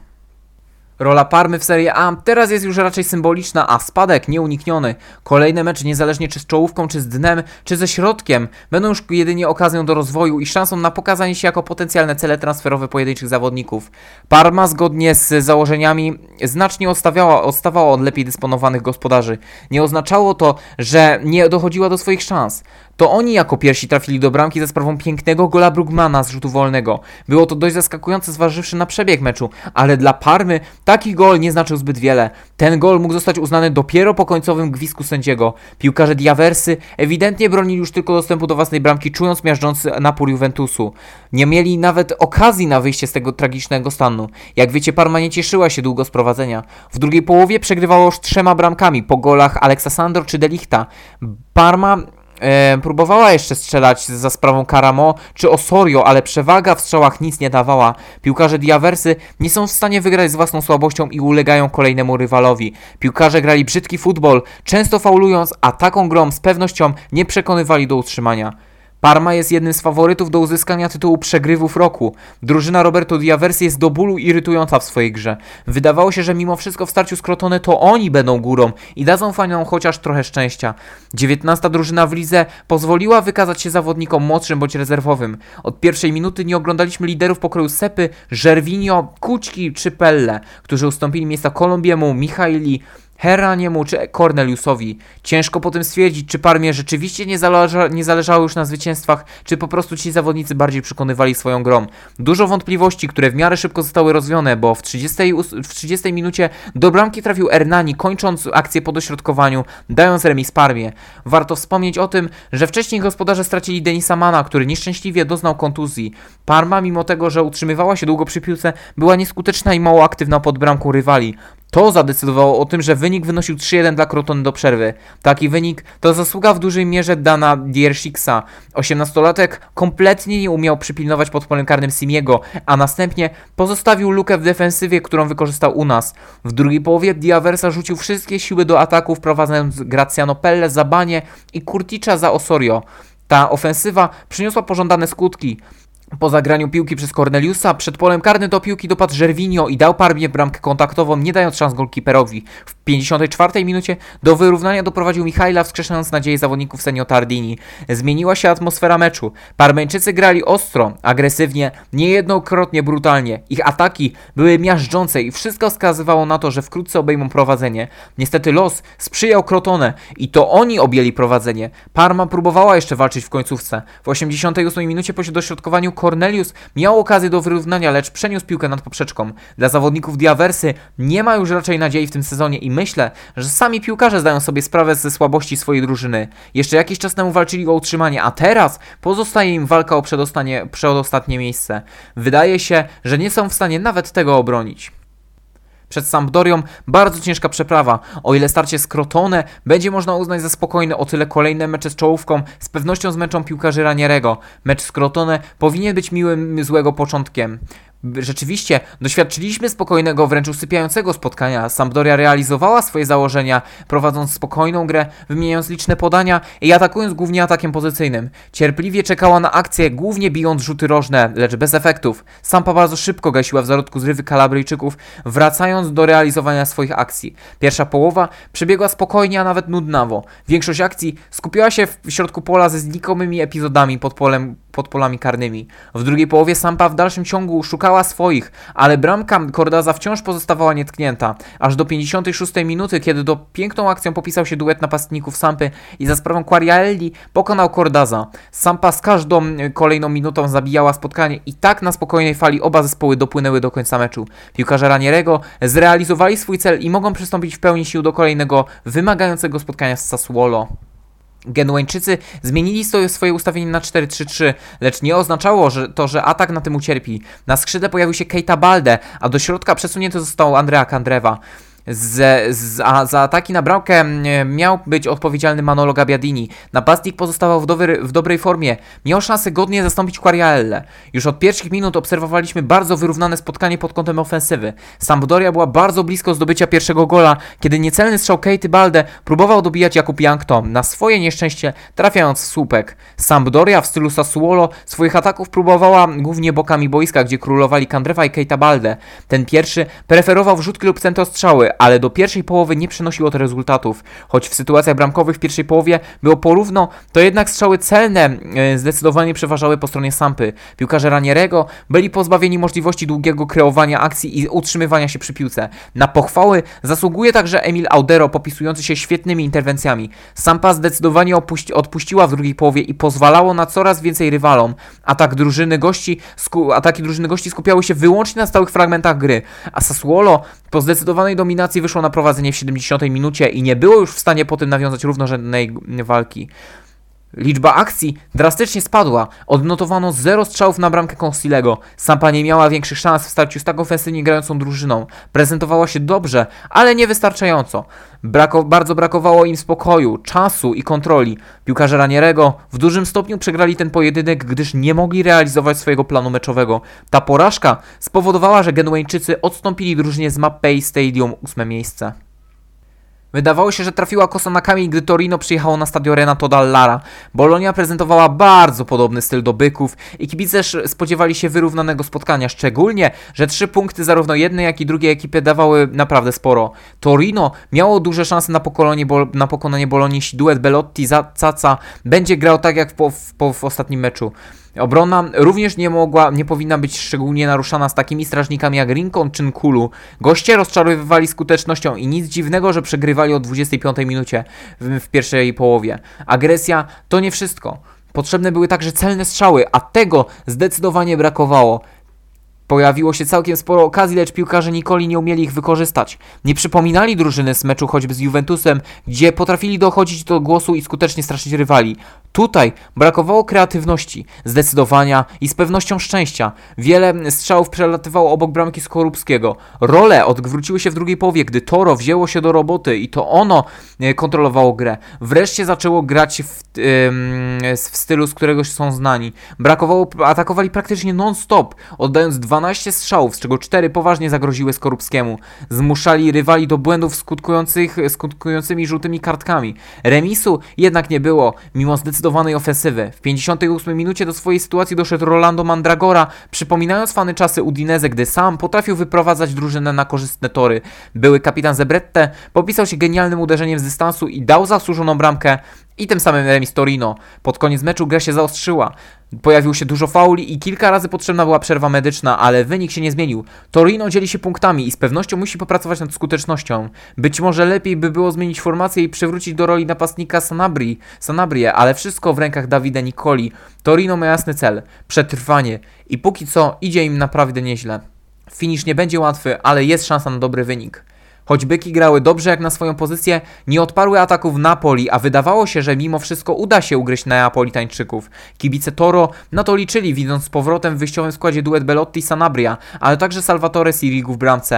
Rola Parmy w Serie A teraz jest już raczej symboliczna, a spadek nieunikniony. Kolejne mecze, niezależnie czy z czołówką, czy z dnem, czy ze środkiem, będą już jedynie okazją do rozwoju i szansą na pokazanie się jako potencjalne cele transferowe pojedynczych zawodników. Parma zgodnie z założeniami znacznie odstawała od lepiej dysponowanych gospodarzy. Nie oznaczało to, że nie dochodziła do swoich szans. To oni jako pierwsi trafili do bramki za sprawą pięknego gola Brugmana z rzutu wolnego. Było to dość zaskakujące, zważywszy na przebieg meczu, ale dla Parmy taki gol nie znaczył zbyt wiele. Ten gol mógł zostać uznany dopiero po końcowym gwizdku sędziego. Piłkarze Diaversy ewidentnie bronili już tylko dostępu do własnej bramki, czując miażdżący napór Juventusu. Nie mieli nawet okazji na wyjście z tego tragicznego stanu. Jak wiecie, Parma nie cieszyła się długo z prowadzenia. W drugiej połowie przegrywało już 3 bramkami po golach Alexa Sandro czy Delichta. Parma próbowała jeszcze strzelać za sprawą Caramo czy Osorio, ale przewaga w strzałach nic nie dawała. Piłkarze Diaversy nie są w stanie wygrać z własną słabością i ulegają kolejnemu rywalowi. Piłkarze grali brzydki futbol, często faulując, a taką grą z pewnością nie przekonywali do utrzymania. Parma jest jednym z faworytów do uzyskania tytułu przegrywów roku. Drużyna Roberto Diaversy jest do bólu irytująca w swojej grze. Wydawało się, że mimo wszystko w starciu z Crotone to oni będą górą i dadzą fanom chociaż trochę szczęścia. 19. drużyna w lidze pozwoliła wykazać się zawodnikom młodszym bądź rezerwowym. Od pierwszej minuty nie oglądaliśmy liderów pokroju Sepy, Gervinho, Kućki czy Pelle, którzy ustąpili miejsca Kolumbiemu, Michaili, Herraniemu czy Corneliusowi. Ciężko potem stwierdzić, czy Parmie rzeczywiście nie zależało już na zwycięstwach, czy po prostu ci zawodnicy bardziej przekonywali swoją grą. Dużo wątpliwości, które w miarę szybko zostały rozwiane, bo w 30 minucie do bramki trafił Hernani, kończąc akcję po dośrodkowaniu, dając remis Parmie. Warto wspomnieć o tym, że wcześniej gospodarze stracili Denisa Mana, który nieszczęśliwie doznał kontuzji. Parma, mimo tego, że utrzymywała się długo przy piłce, była nieskuteczna i mało aktywna pod bramką rywali. To zadecydowało o tym, że wynik wynosił 3-1 dla Crotone do przerwy. Taki wynik to zasługa w dużej mierze Dana Dierschicksa. 18-latek kompletnie nie umiał przypilnować pod polem karnym Simiego, a następnie pozostawił lukę w defensywie, którą wykorzystał u nas. W drugiej połowie Diaversa rzucił wszystkie siły do ataku, wprowadzając Graziano Pelle za Banie i Kurticza za Osorio. Ta ofensywa przyniosła pożądane skutki. Po zagraniu piłki przez Corneliusa przed polem karnym do piłki dopadł Gervinho i dał Parmie bramkę kontaktową, nie dając szans golkiperowi. W 54 minucie do wyrównania doprowadził Michaila, wskrzeszając nadzieję zawodników Senio Tardini. Zmieniła się atmosfera meczu. Parmeńczycy grali ostro, agresywnie, niejednokrotnie brutalnie. Ich ataki były miażdżące i wszystko wskazywało na to, że wkrótce obejmą prowadzenie. Niestety los sprzyjał Crotone i to oni objęli prowadzenie. Parma próbowała jeszcze walczyć w końcówce. W 88 minucie po dośrodkowaniu Cornelius miał okazję do wyrównania, lecz przeniósł piłkę nad poprzeczką. Dla zawodników Diaversy nie ma już raczej nadziei w tym sezonie i myślę, że sami piłkarze zdają sobie sprawę ze słabości swojej drużyny. Jeszcze jakiś czas temu walczyli o utrzymanie, a teraz pozostaje im walka o przedostatnie miejsce. Wydaje się, że nie są w stanie nawet tego obronić. Przed Sampdorią bardzo ciężka przeprawa. O ile starcie z Crotone będzie można uznać za spokojne, o tyle kolejne mecze z czołówką z pewnością zmęczą piłkarzy Ranierego. Mecz z Crotone powinien być miłym złego początkiem. Rzeczywiście, doświadczyliśmy spokojnego, wręcz usypiającego spotkania. Sampdoria realizowała swoje założenia, prowadząc spokojną grę, wymieniając liczne podania i atakując głównie atakiem pozycyjnym. Cierpliwie czekała na akcję, głównie bijąc rzuty rożne, lecz bez efektów. Sampa bardzo szybko gasiła w zarodku zrywy Kalabryjczyków, wracając do realizowania swoich akcji. Pierwsza połowa przebiegła spokojnie, a nawet nudnawo. Większość akcji skupiała się w środku pola ze znikomymi epizodami pod polami karnymi. W drugiej połowie Sampa w dalszym ciągu szukała swoich, ale bramka Cordaza wciąż pozostawała nietknięta. Aż do 56 minuty, kiedy do piękną akcją popisał się duet napastników Sampy i za sprawą Quagliarelli pokonał Cordaza. Sampa z każdą kolejną minutą zabijała spotkanie i tak na spokojnej fali oba zespoły dopłynęły do końca meczu. Piłkarze Ranieriego zrealizowali swój cel i mogą przystąpić w pełni sił do kolejnego wymagającego spotkania z Sassuolo. Genueńczycy zmienili swoje ustawienie na 4-3-3, lecz nie oznaczało że atak na tym ucierpi. Na skrzydle pojawił się Keita Balde, a do środka przesunięty został Andrea Candreva. Za ataki na bramkę miał być odpowiedzialny Manolo Gabbiadini. Napastnik pozostawał w dobrej formie. Miał szansę godnie zastąpić Quagliarellę. Już od pierwszych minut obserwowaliśmy bardzo wyrównane spotkanie pod kątem ofensywy. Sampdoria była bardzo blisko zdobycia pierwszego gola, kiedy niecelny strzał Keity Balde próbował dobijać Jakub Jankto, na swoje nieszczęście trafiając w słupek. Sampdoria w stylu Sassuolo swoich ataków próbowała głównie bokami boiska, gdzie królowali Candreva i Keita Balde. Ten pierwszy preferował wrzutki lub centrostrzały, ale do pierwszej połowy nie przynosiło to rezultatów. Choć w sytuacjach bramkowych w pierwszej połowie było porówno, to jednak strzały celne zdecydowanie przeważały po stronie Sampy. Piłkarze Ranieriego byli pozbawieni możliwości długiego kreowania akcji i utrzymywania się przy piłce. Na pochwały zasługuje także Emil Audero, popisujący się świetnymi interwencjami. Sampa zdecydowanie odpuściła w drugiej połowie i pozwalało na coraz więcej rywalom. Ataki drużyny gości skupiały się wyłącznie na stałych fragmentach gry, a Sassuolo po zdecydowanej dominacji wyszło na prowadzenie w 70 minucie i nie było już w stanie po tym nawiązać równorzędnej walki. Liczba akcji drastycznie spadła. Odnotowano 0 strzałów na bramkę Consilego. Sampa nie miała większych szans w starciu z tak ofensywnie grającą drużyną. Prezentowała się dobrze, ale niewystarczająco. Bardzo brakowało im spokoju, czasu i kontroli. Piłkarze Ranieriego w dużym stopniu przegrali ten pojedynek, gdyż nie mogli realizować swojego planu meczowego. Ta porażka spowodowała, że Genueńczycy odstąpili drużynie z Mapei Stadium 8. miejsce. Wydawało się, że trafiła kosa na kamień, gdy Torino przyjechało na stadio Renato Dallara. Bologna prezentowała bardzo podobny styl do byków i kibice spodziewali się wyrównanego spotkania, szczególnie, że 3 punkty zarówno jednej, jak i drugiej ekipy dawały naprawdę sporo. Torino miało duże szanse na pokonanie Bolonii, jeśli duet Belotti-Zaza będzie grał tak jak w ostatnim meczu. Obrona również nie powinna być szczególnie naruszana z takimi strażnikami jak Rincon czy Nkulu. Goście rozczarowywali skutecznością i nic dziwnego, że przegrywali o 25 minucie w pierwszej połowie. Agresja to nie wszystko. Potrzebne były także celne strzały, a tego zdecydowanie brakowało. Pojawiło się całkiem sporo okazji, lecz piłkarze Nicoli nie umieli ich wykorzystać. Nie przypominali drużyny z meczu choćby z Juventusem, gdzie potrafili dochodzić do głosu i skutecznie straszyć rywali. Tutaj brakowało kreatywności, zdecydowania i z pewnością szczęścia. Wiele strzałów przelatywało obok bramki Skorupskiego. Role odwróciły się w drugiej połowie, gdy Toro wzięło się do roboty i to ono kontrolowało grę. Wreszcie zaczęło grać w stylu, z którego są znani. Atakowali praktycznie non-stop, oddając 12 strzałów, z czego 4 poważnie zagroziły Skorupskiemu. Zmuszali rywali do błędów skutkującymi żółtymi kartkami. Remisu jednak nie było, mimo zdecydowanej ofensywy. W 58 minucie do swojej sytuacji doszedł Rolando Mandragora, przypominając fany czasy Udinese, gdy sam potrafił wyprowadzać drużynę na korzystne tory. Były kapitan Zebrette popisał się genialnym uderzeniem z dystansu i dał zasłużoną bramkę i tym samym remis Torino. Pod koniec meczu gra się zaostrzyła. Pojawiło się dużo fauli i kilka razy potrzebna była przerwa medyczna, ale wynik się nie zmienił. Torino dzieli się punktami i z pewnością musi popracować nad skutecznością. Być może lepiej by było zmienić formację i przywrócić do roli napastnika Sanabria, ale wszystko w rękach Davide Nicoli. Torino ma jasny cel, przetrwanie i póki co idzie im naprawdę nieźle. Finisz nie będzie łatwy, ale jest szansa na dobry wynik. Choć byki grały dobrze jak na swoją pozycję, nie odparły ataków Napoli, a wydawało się, że mimo wszystko uda się ugryźć Neapolitańczyków. Kibice Toro na to liczyli, widząc z powrotem w wyjściowym składzie duet Belotti-Sanabria, ale także Salvatore Sirigu w bramce.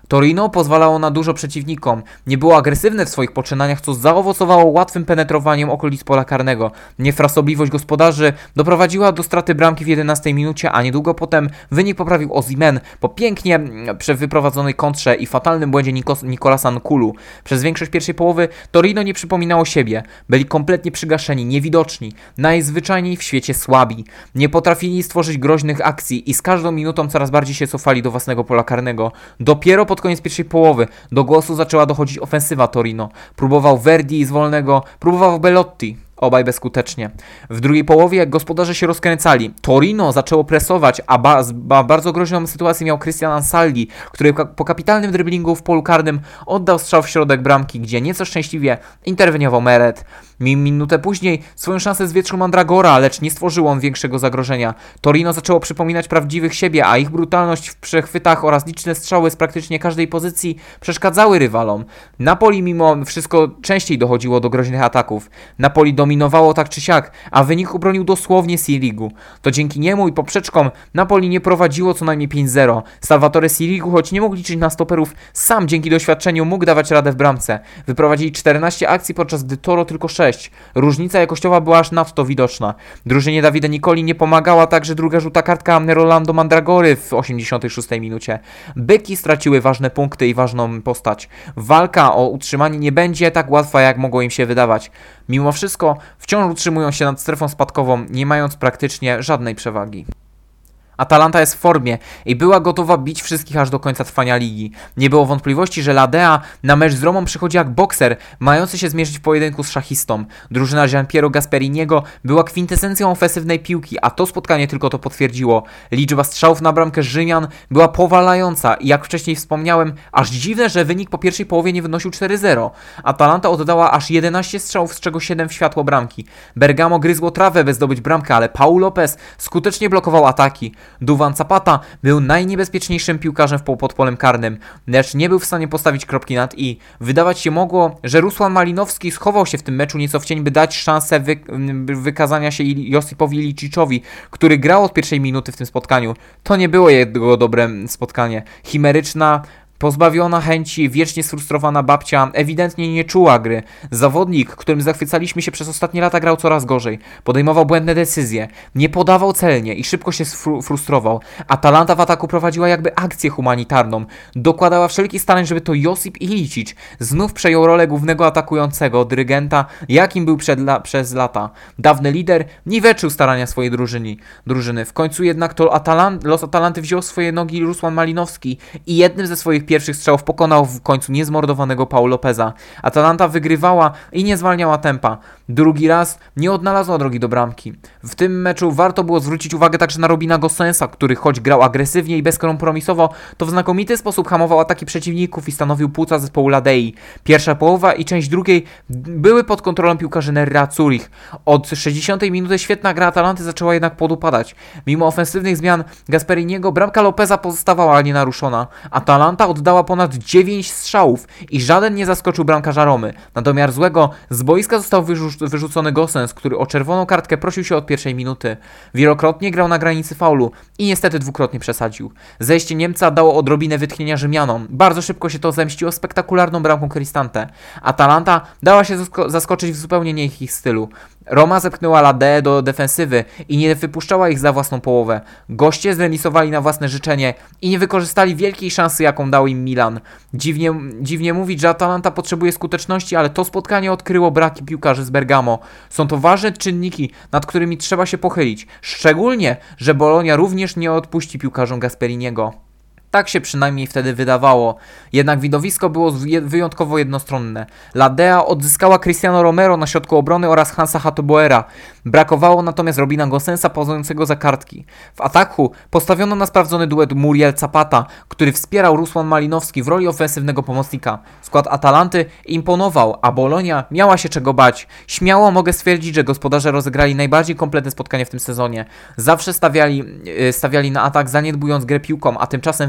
Torino pozwalało na dużo przeciwnikom, nie było agresywne w swoich poczynaniach, co zaowocowało łatwym penetrowaniem okolic pola karnego. Niefrasobliwość gospodarzy doprowadziła do straty bramki w 11 minucie, a niedługo potem wynik poprawił Osimhen po pięknie wyprowadzonej kontrze i fatalnym błędzie Nicolasa Nkulu. Przez większość pierwszej połowy Torino nie przypominało siebie. Byli kompletnie przygaszeni, niewidoczni, najzwyczajniej w świecie słabi. Nie potrafili stworzyć groźnych akcji i z każdą minutą coraz bardziej się cofali do własnego pola karnego. Dopiero pod koniec pierwszej połowy do głosu zaczęła dochodzić ofensywa Torino. Próbował Verdi z wolnego, próbował Belotti. Obaj bezskutecznie. W drugiej połowie gospodarze się rozkręcali. Torino zaczęło presować, a bardzo groźną sytuację miał Christian Ansaldi, który po kapitalnym driblingu w polu karnym oddał strzał w środek bramki, gdzie nieco szczęśliwie interweniował Meret. Minutę później swoją szansę zwietrzył Mandragora, lecz nie stworzył on większego zagrożenia. Torino zaczęło przypominać prawdziwych siebie, a ich brutalność w przechwytach oraz liczne strzały z praktycznie każdej pozycji przeszkadzały rywalom. Napoli mimo wszystko częściej dochodziło do groźnych ataków. Napoli dominowało tak czy siak, a wynik obronił dosłownie Sirigu. To dzięki niemu i poprzeczkom Napoli nie prowadziło co najmniej 5-0. Salvatore Sirigu, choć nie mógł liczyć na stoperów, sam dzięki doświadczeniu mógł dawać radę w bramce. Wyprowadzili 14 akcji, podczas gdy Toro tylko 6. Różnica jakościowa była aż nadto widoczna. Drużynie Davide Nicoli nie pomagała także druga żółta kartka Rolando Mandragory w 86 minucie. Byki straciły ważne punkty i ważną postać. Walka o utrzymanie nie będzie tak łatwa, jak mogło im się wydawać. Mimo wszystko wciąż utrzymują się nad strefą spadkową, nie mając praktycznie żadnej przewagi. Atalanta jest w formie i była gotowa bić wszystkich aż do końca trwania ligi. Nie było wątpliwości, że Ladea na mecz z Romą przychodzi jak bokser, mający się zmierzyć w pojedynku z szachistą. Drużyna Gianpiero Gasperiniego była kwintesencją ofensywnej piłki, a to spotkanie tylko to potwierdziło. Liczba strzałów na bramkę Rzymian była powalająca i jak wcześniej wspomniałem, aż dziwne, że wynik po pierwszej połowie nie wynosił 4-0. Atalanta oddała aż 11 strzałów, z czego 7 w światło bramki. Bergamo gryzło trawę, by zdobyć bramkę, ale Paul Lopez skutecznie blokował ataki. Duvan Zapata był najniebezpieczniejszym piłkarzem pod polem karnym, lecz nie był w stanie postawić kropki nad i. Wydawać się mogło, że Ruslan Malinowski schował się w tym meczu nieco w cień, by dać szansę wykazania się Josipowi Ilicicowi, który grał od pierwszej minuty w tym spotkaniu. To nie było jego dobre spotkanie. Chimeryczna, pozbawiona chęci, wiecznie sfrustrowana babcia ewidentnie nie czuła gry. Zawodnik, którym zachwycaliśmy się przez ostatnie lata, grał coraz gorzej. Podejmował błędne decyzje, nie podawał celnie i szybko się frustrował. Atalanta w ataku prowadziła jakby akcję humanitarną. Dokładała wszelkich starań, żeby to Josip Ilicic znów przejął rolę głównego atakującego, dyrygenta, jakim był przez lata. Dawny lider niweczył starania swojej drużyny. W końcu jednak to los Atalanty wziął w swoje nogi Ruslan Malinowski i jednym ze swoich pierwszych strzałów pokonał w końcu niezmordowanego Paul Lopeza. Atalanta wygrywała i nie zwalniała tempa. Drugi raz nie odnalazła drogi do bramki. W tym meczu warto było zwrócić uwagę także na Robina Gossensa, który choć grał agresywnie i bezkompromisowo, to w znakomity sposób hamował ataki przeciwników i stanowił płuca zespołu Ladei. Pierwsza połowa i część drugiej były pod kontrolą piłkarzy Nerra Zurich. Od 60 minuty świetna gra Atalanty zaczęła jednak podupadać. Mimo ofensywnych zmian Gasperiniego bramka Lopeza pozostawała nienaruszona. Atalanta oddała ponad 9 strzałów i żaden nie zaskoczył bramkarza Romy. Na domiar złego z boiska został wyrzucony Gossens, który o czerwoną kartkę prosił się od pierwszej minuty. Wielokrotnie grał na granicy faulu i niestety dwukrotnie przesadził. Zejście Niemca dało odrobinę wytchnienia Rzymianom. Bardzo szybko się to zemściło spektakularną bramką Cristante. Atalanta dała się zaskoczyć w zupełnie nie ich stylu. Roma zepchnęła Ladea do defensywy i nie wypuszczała ich za własną połowę. Goście zremisowali na własne życzenie i nie wykorzystali wielkiej szansy, jaką dał im Milan. Dziwnie mówić, że Atalanta potrzebuje skuteczności, ale to spotkanie odkryło braki piłkarzy z Bergamo. Są to ważne czynniki, nad którymi trzeba się pochylić. Szczególnie, że Bologna również nie odpuści piłkarzom Gasperiniego. Tak się przynajmniej wtedy wydawało. Jednak widowisko było wyjątkowo jednostronne. Ladea odzyskała Cristiano Romero na środku obrony oraz Hansa Hateboera. Brakowało natomiast Robina Gossensa pozującego za kartki. W ataku postawiono na sprawdzony duet Muriel-Zapata, który wspierał Ruslan Malinowski w roli ofensywnego pomocnika. Skład Atalanty imponował, a Bologna miała się czego bać. Śmiało mogę stwierdzić, że gospodarze rozegrali najbardziej kompletne spotkanie w tym sezonie. Zawsze stawiali na atak, zaniedbując grę piłką, a tymczasem w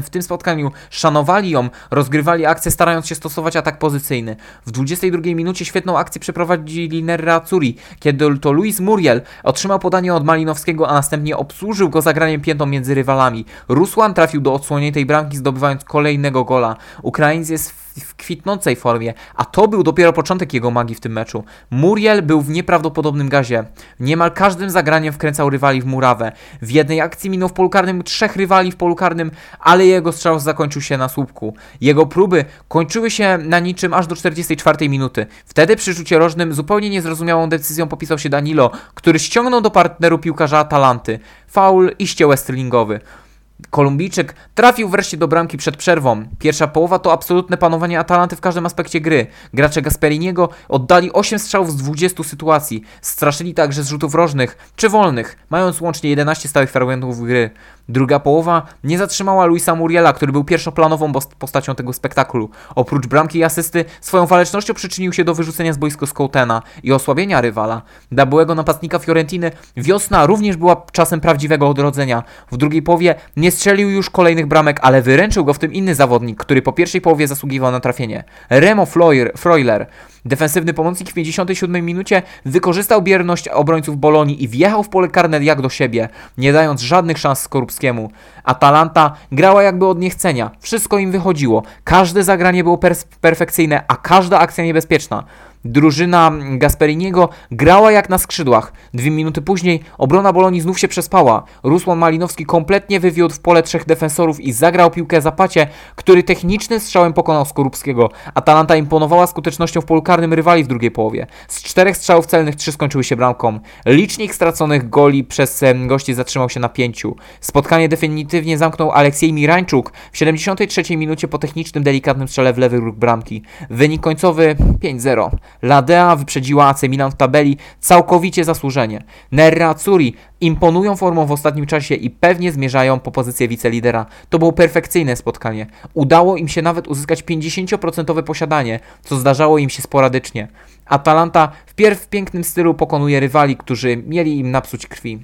w tym spotkaniu szanowali ją, rozgrywali akcję, starając się stosować atak pozycyjny. W 22 minucie świetną akcję przeprowadzili Nerazzurri, kiedy to Luis Muriel otrzymał podanie od Malinowskiego, a następnie obsłużył go zagraniem piętą między rywalami. Ruslan trafił do odsłoniętej bramki, zdobywając kolejnego gola. Ukrainiec jest w kwitnącej formie, a to był dopiero początek jego magii w tym meczu. Muriel był w nieprawdopodobnym gazie. Niemal każdym zagraniem wkręcał rywali w murawę. W jednej akcji minął w polu karnym 3 rywali w polu karnym, ale jego strzał zakończył się na słupku. Jego próby kończyły się na niczym aż do 44 minuty. Wtedy przy rzucie rożnym zupełnie niezrozumiałą decyzją popisał się Danilo, który ściągnął do partneru piłkarza Atalanty. Faul iście wrestlingowy. Kolumbijczyk trafił wreszcie do bramki przed przerwą. Pierwsza połowa to absolutne panowanie Atalanty w każdym aspekcie gry. Gracze Gasperiniego oddali 8 strzałów z 20 sytuacji. Straszyli także z rzutów rożnych czy wolnych, mając łącznie 11 stałych fragmentów gry. Druga połowa nie zatrzymała Luisa Muriela, który był pierwszoplanową postacią tego spektaklu. Oprócz bramki i asysty, swoją walecznością przyczynił się do wyrzucenia z boiska Scoutena i osłabienia rywala. Dla byłego napastnika Fiorentiny wiosna również była czasem prawdziwego odrodzenia. W drugiej połowie nie strzelił już kolejnych bramek, ale wyręczył go w tym inny zawodnik, który po pierwszej połowie zasługiwał na trafienie. Remo Freuler. Defensywny pomocnik w 57 minucie wykorzystał bierność obrońców Bolonii i wjechał w pole karne jak do siebie, nie dając żadnych szans Skorupskiemu. Atalanta grała jakby od niechcenia. Wszystko im wychodziło. Każde zagranie było perfekcyjne, a każda akcja niebezpieczna. Drużyna Gasperiniego grała jak na skrzydłach. 2 minuty później obrona Bolonii znów się przespała. Ruslan Malinowski kompletnie wywiódł w pole 3 defensorów i zagrał piłkę Zapacie, który technicznym strzałem pokonał Skorupskiego. Atalanta imponowała skutecznością w polu karnym rywali w drugiej połowie. Z 4 strzałów celnych 3 skończyły się bramką. Licznik straconych goli przez gości zatrzymał się na 5. Spotkanie definitywnie zamknął Aleksiej Mirańczuk w 73 minucie po technicznym, delikatnym strzale w lewy róg bramki. Wynik końcowy 5-0. Ladea wyprzedziła AC Milan w tabeli całkowicie zasłużenie. Nerazzurri imponują formą w ostatnim czasie i pewnie zmierzają po pozycję wicelidera. To było perfekcyjne spotkanie. Udało im się nawet uzyskać 50% posiadanie, co zdarzało im się sporadycznie. Atalanta wpierw w pięknym stylu pokonuje rywali, którzy mieli im napsuć krwi.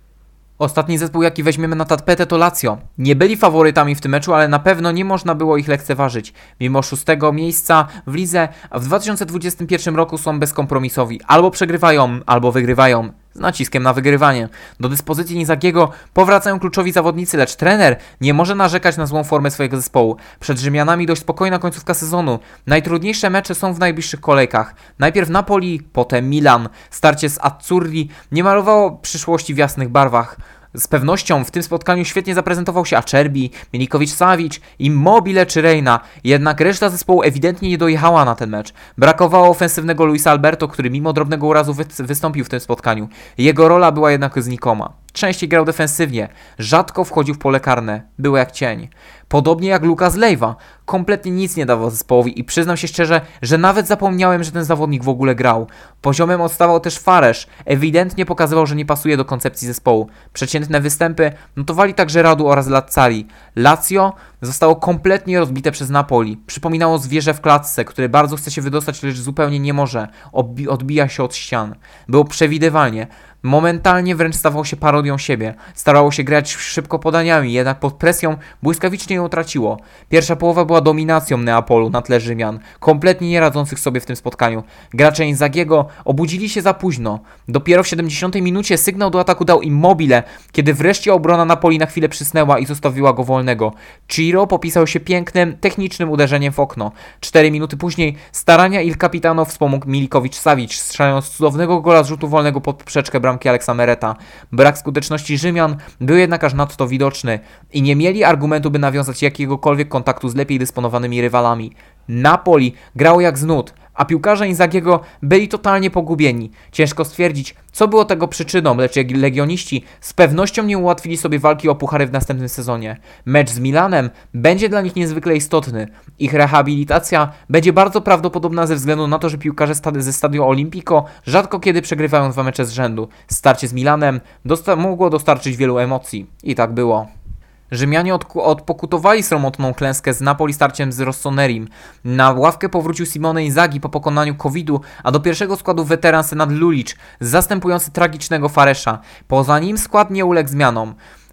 Ostatni zespół, jaki weźmiemy na tapetę, to Lazio. Nie byli faworytami w tym meczu, ale na pewno nie można było ich lekceważyć. Mimo 6. miejsca w lidze, w 2021 roku są bezkompromisowi. Albo przegrywają, albo wygrywają. Z naciskiem na wygrywanie. Do dyspozycji Inzaghiego powracają kluczowi zawodnicy, lecz trener nie może narzekać na złą formę swojego zespołu. Przed Rzymianami dość spokojna końcówka sezonu. Najtrudniejsze mecze są w najbliższych kolejkach. Najpierw Napoli, potem Milan. Starcie z Azzurri nie malowało przyszłości w jasnych barwach. Z pewnością w tym spotkaniu świetnie zaprezentował się Acerbi, Milinkovic-Savic, Immobile czy Reina, jednak reszta zespołu ewidentnie nie dojechała na ten mecz. Brakowało ofensywnego Luisa Alberto, który mimo drobnego urazu wystąpił w tym spotkaniu. Jego rola była jednak znikoma. Częściej grał defensywnie, rzadko wchodził w pole karne, był jak cień. Podobnie jak Lucas Leiva, kompletnie nic nie dawał zespołowi i przyznam się szczerze, że nawet zapomniałem, że ten zawodnik w ogóle grał. Poziomem odstawał też Fares, ewidentnie pokazywał, że nie pasuje do koncepcji zespołu. Przeciętne występy notowali także Radu oraz Lazzari. Lazio zostało kompletnie rozbite przez Napoli. Przypominało zwierzę w klatce, które bardzo chce się wydostać, lecz zupełnie nie może. Odbija się od ścian. Było przewidywalnie. Momentalnie wręcz stawało się parodią siebie. Starało się grać szybko podaniami, jednak pod presją błyskawicznie ją traciło. Pierwsza połowa była dominacją Neapolu na tle Rzymian, kompletnie nie radzących sobie w tym spotkaniu. Gracze Inzaghiego obudzili się za późno. Dopiero w 70 minucie sygnał do ataku dał Immobile, kiedy wreszcie obrona Napoli na chwilę przysnęła i zostawiła go wolnego. Ciro popisał się pięknym, technicznym uderzeniem w okno. 4 minuty później starania Il Capitano wspomógł Milinkovic-Savic, strzelając cudownego gola z rzutu wolnego pod poprzeczkę bramki Alexa Mereta. Brak skuteczności Rzymian był jednak aż nadto widoczny i nie mieli argumentu, by nawiązać jakiegokolwiek kontaktu z lepiej dysponowanymi rywalami. Napoli grało jak z nut, a piłkarze Inzaghiego byli totalnie pogubieni. Ciężko stwierdzić, co było tego przyczyną, lecz legioniści z pewnością nie ułatwili sobie walki o puchary w następnym sezonie. Mecz z Milanem będzie dla nich niezwykle istotny. Ich rehabilitacja będzie bardzo prawdopodobna ze względu na to, że piłkarze ze Stadio Olimpico rzadko kiedy przegrywają 2 mecze z rzędu. Starcie z Milanem mogło dostarczyć wielu emocji. I tak było. Rzymianie odpokutowali sromotną klęskę z Napoli starciem z Rossonerim. Na ławkę powrócił Simone Inzaghi po pokonaniu COVID-u, a do pierwszego składu weteran Senad Lulic, zastępujący tragicznego Faresa. Poza nim skład nie uległ zmianom.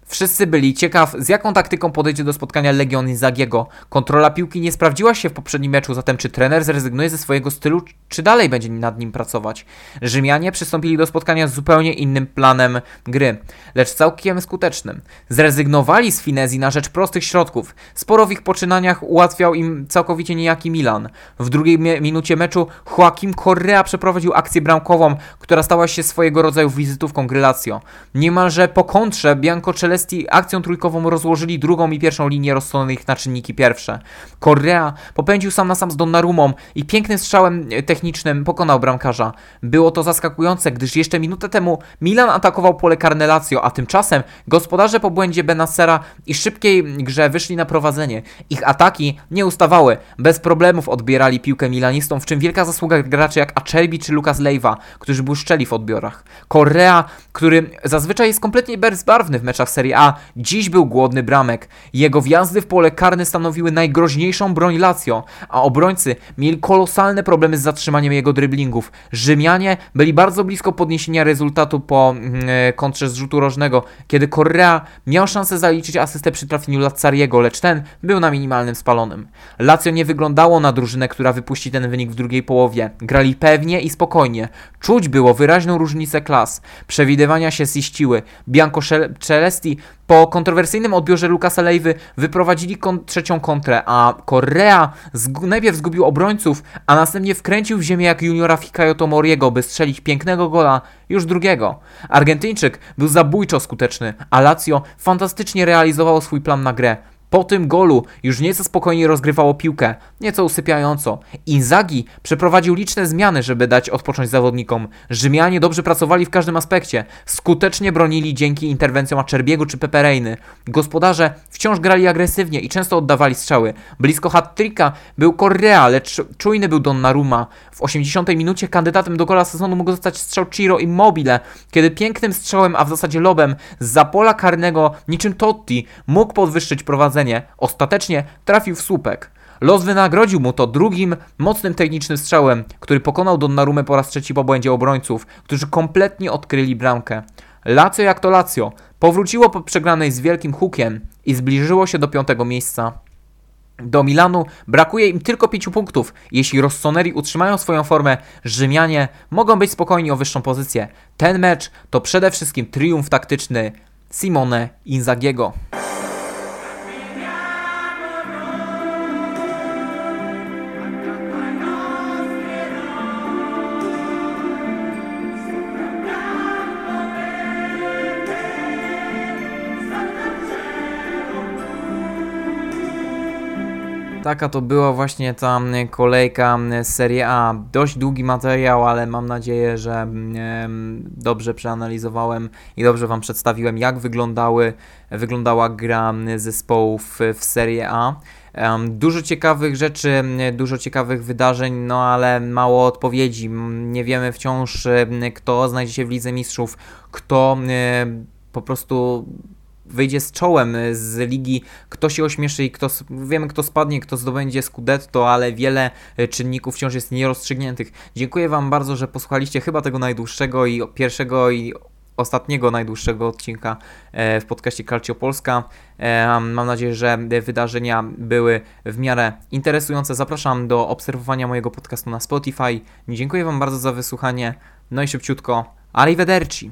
Wszyscy byli ciekaw, z jaką taktyką podejdzie do spotkania Legion Inzaghiego. Kontrola piłki nie sprawdziła się w poprzednim meczu, zatem czy trener zrezygnuje ze swojego stylu, czy dalej będzie nad nim pracować? Rzymianie przystąpili do spotkania z zupełnie innym planem gry, lecz całkiem skutecznym. Zrezygnowali z finezji na rzecz prostych środków. Sporo w ich poczynaniach ułatwiał im całkowicie niejaki Milan. W drugiej minucie meczu Joaquim Correa przeprowadził akcję bramkową, która stała się swojego rodzaju wizytówką gry Lazio. Niemalże po kontrze Biancocelesti akcją trójkową rozłożyli drugą i pierwszą linię, rozsunęli ich na czynniki pierwsze. Correa popędził sam na sam z Donnarumą i pięknym strzałem technicznym pokonał bramkarza. Było to zaskakujące, gdyż jeszcze minutę temu Milan atakował pole karne Lazio, a tymczasem gospodarze po błędzie Benassera i szybkiej grze wyszli na prowadzenie. Ich ataki nie ustawały, bez problemów odbierali piłkę milanistom, w czym wielka zasługa graczy jak Acerbi czy Lucas Leiva, którzy błyszczeli w odbiorach. Correa, który zazwyczaj jest kompletnie bezbarwny w meczach Serie A, dziś był głodny bramek. Jego wjazdy w pole karne stanowiły najgroźniejszą broń Lazio, a obrońcy mieli kolosalne problemy z zatrzymaniem jego driblingów. Rzymianie byli bardzo blisko podniesienia rezultatu po kontrze z rzutu rożnego, kiedy Correa miał szansę zaliczyć asystę przy trafieniu Lazzariego, lecz ten był na minimalnym spalonym. Lazio nie wyglądało na drużynę, która wypuści ten wynik w drugiej połowie. Grali pewnie i spokojnie. Czuć było wyraźną różnicę klas. Przewidywania się ziściły. Biancocelesti po kontrowersyjnym odbiorze Lucasa Leivy wyprowadzili trzecią kontrę, a Correa najpierw zgubił obrońców, a następnie wkręcił w ziemię jak juniora Fikayo Tomoriego, by strzelić pięknego gola, już drugiego. Argentyńczyk był zabójczo skuteczny, a Lazio fantastycznie realizowało swój plan na grę. Po tym golu już nieco spokojniej rozgrywało piłkę, nieco usypiająco. Inzaghi przeprowadził liczne zmiany, żeby dać odpocząć zawodnikom. Rzymianie dobrze pracowali w każdym aspekcie. Skutecznie bronili dzięki interwencjom Acerbiego czy Pepereiny. Gospodarze wciąż grali agresywnie i często oddawali strzały. Blisko hat-tricka był Correa, lecz czujny był Donnarumma. W 80 minucie kandydatem do gola sezonu mógł zostać strzał Ciro Immobile, kiedy pięknym strzałem, a w zasadzie lobem zza pola karnego niczym Totti mógł podwyższyć prowadzenie. Ostatecznie trafił w słupek. Los wynagrodził mu to drugim, mocnym technicznym strzałem, który pokonał Donnarumę po raz trzeci po błędzie obrońców, którzy kompletnie odkryli bramkę. Lazio jak to Lazio powróciło po przegranej z wielkim hukiem i zbliżyło się do 5. miejsca. Do Milanu brakuje im tylko 5 punktów. Jeśli rossoneri utrzymają swoją formę, Rzymianie mogą być spokojni o wyższą pozycję. Ten mecz to przede wszystkim triumf taktyczny Simone Inzaghiego. Taka to była właśnie ta kolejka Serie A. Dość długi materiał, ale mam nadzieję, że dobrze przeanalizowałem i dobrze Wam przedstawiłem, jak wyglądała gra zespołów w Serie A. Dużo ciekawych rzeczy, dużo ciekawych wydarzeń, no ale mało odpowiedzi. Nie wiemy wciąż, kto znajdzie się w Lidze Mistrzów, kto po prostu wyjdzie z czołem z ligi, kto się ośmieszy i wiemy kto spadnie, kto zdobędzie Scudetto, ale wiele czynników wciąż jest nierozstrzygniętych. Dziękuję Wam bardzo, że posłuchaliście chyba tego najdłuższego i pierwszego i ostatniego najdłuższego odcinka w podcaście Calcio Polska. Mam nadzieję, że wydarzenia były w miarę interesujące. Zapraszam do obserwowania mojego podcastu na Spotify. Dziękuję Wam bardzo za wysłuchanie. No i szybciutko, arrivederci!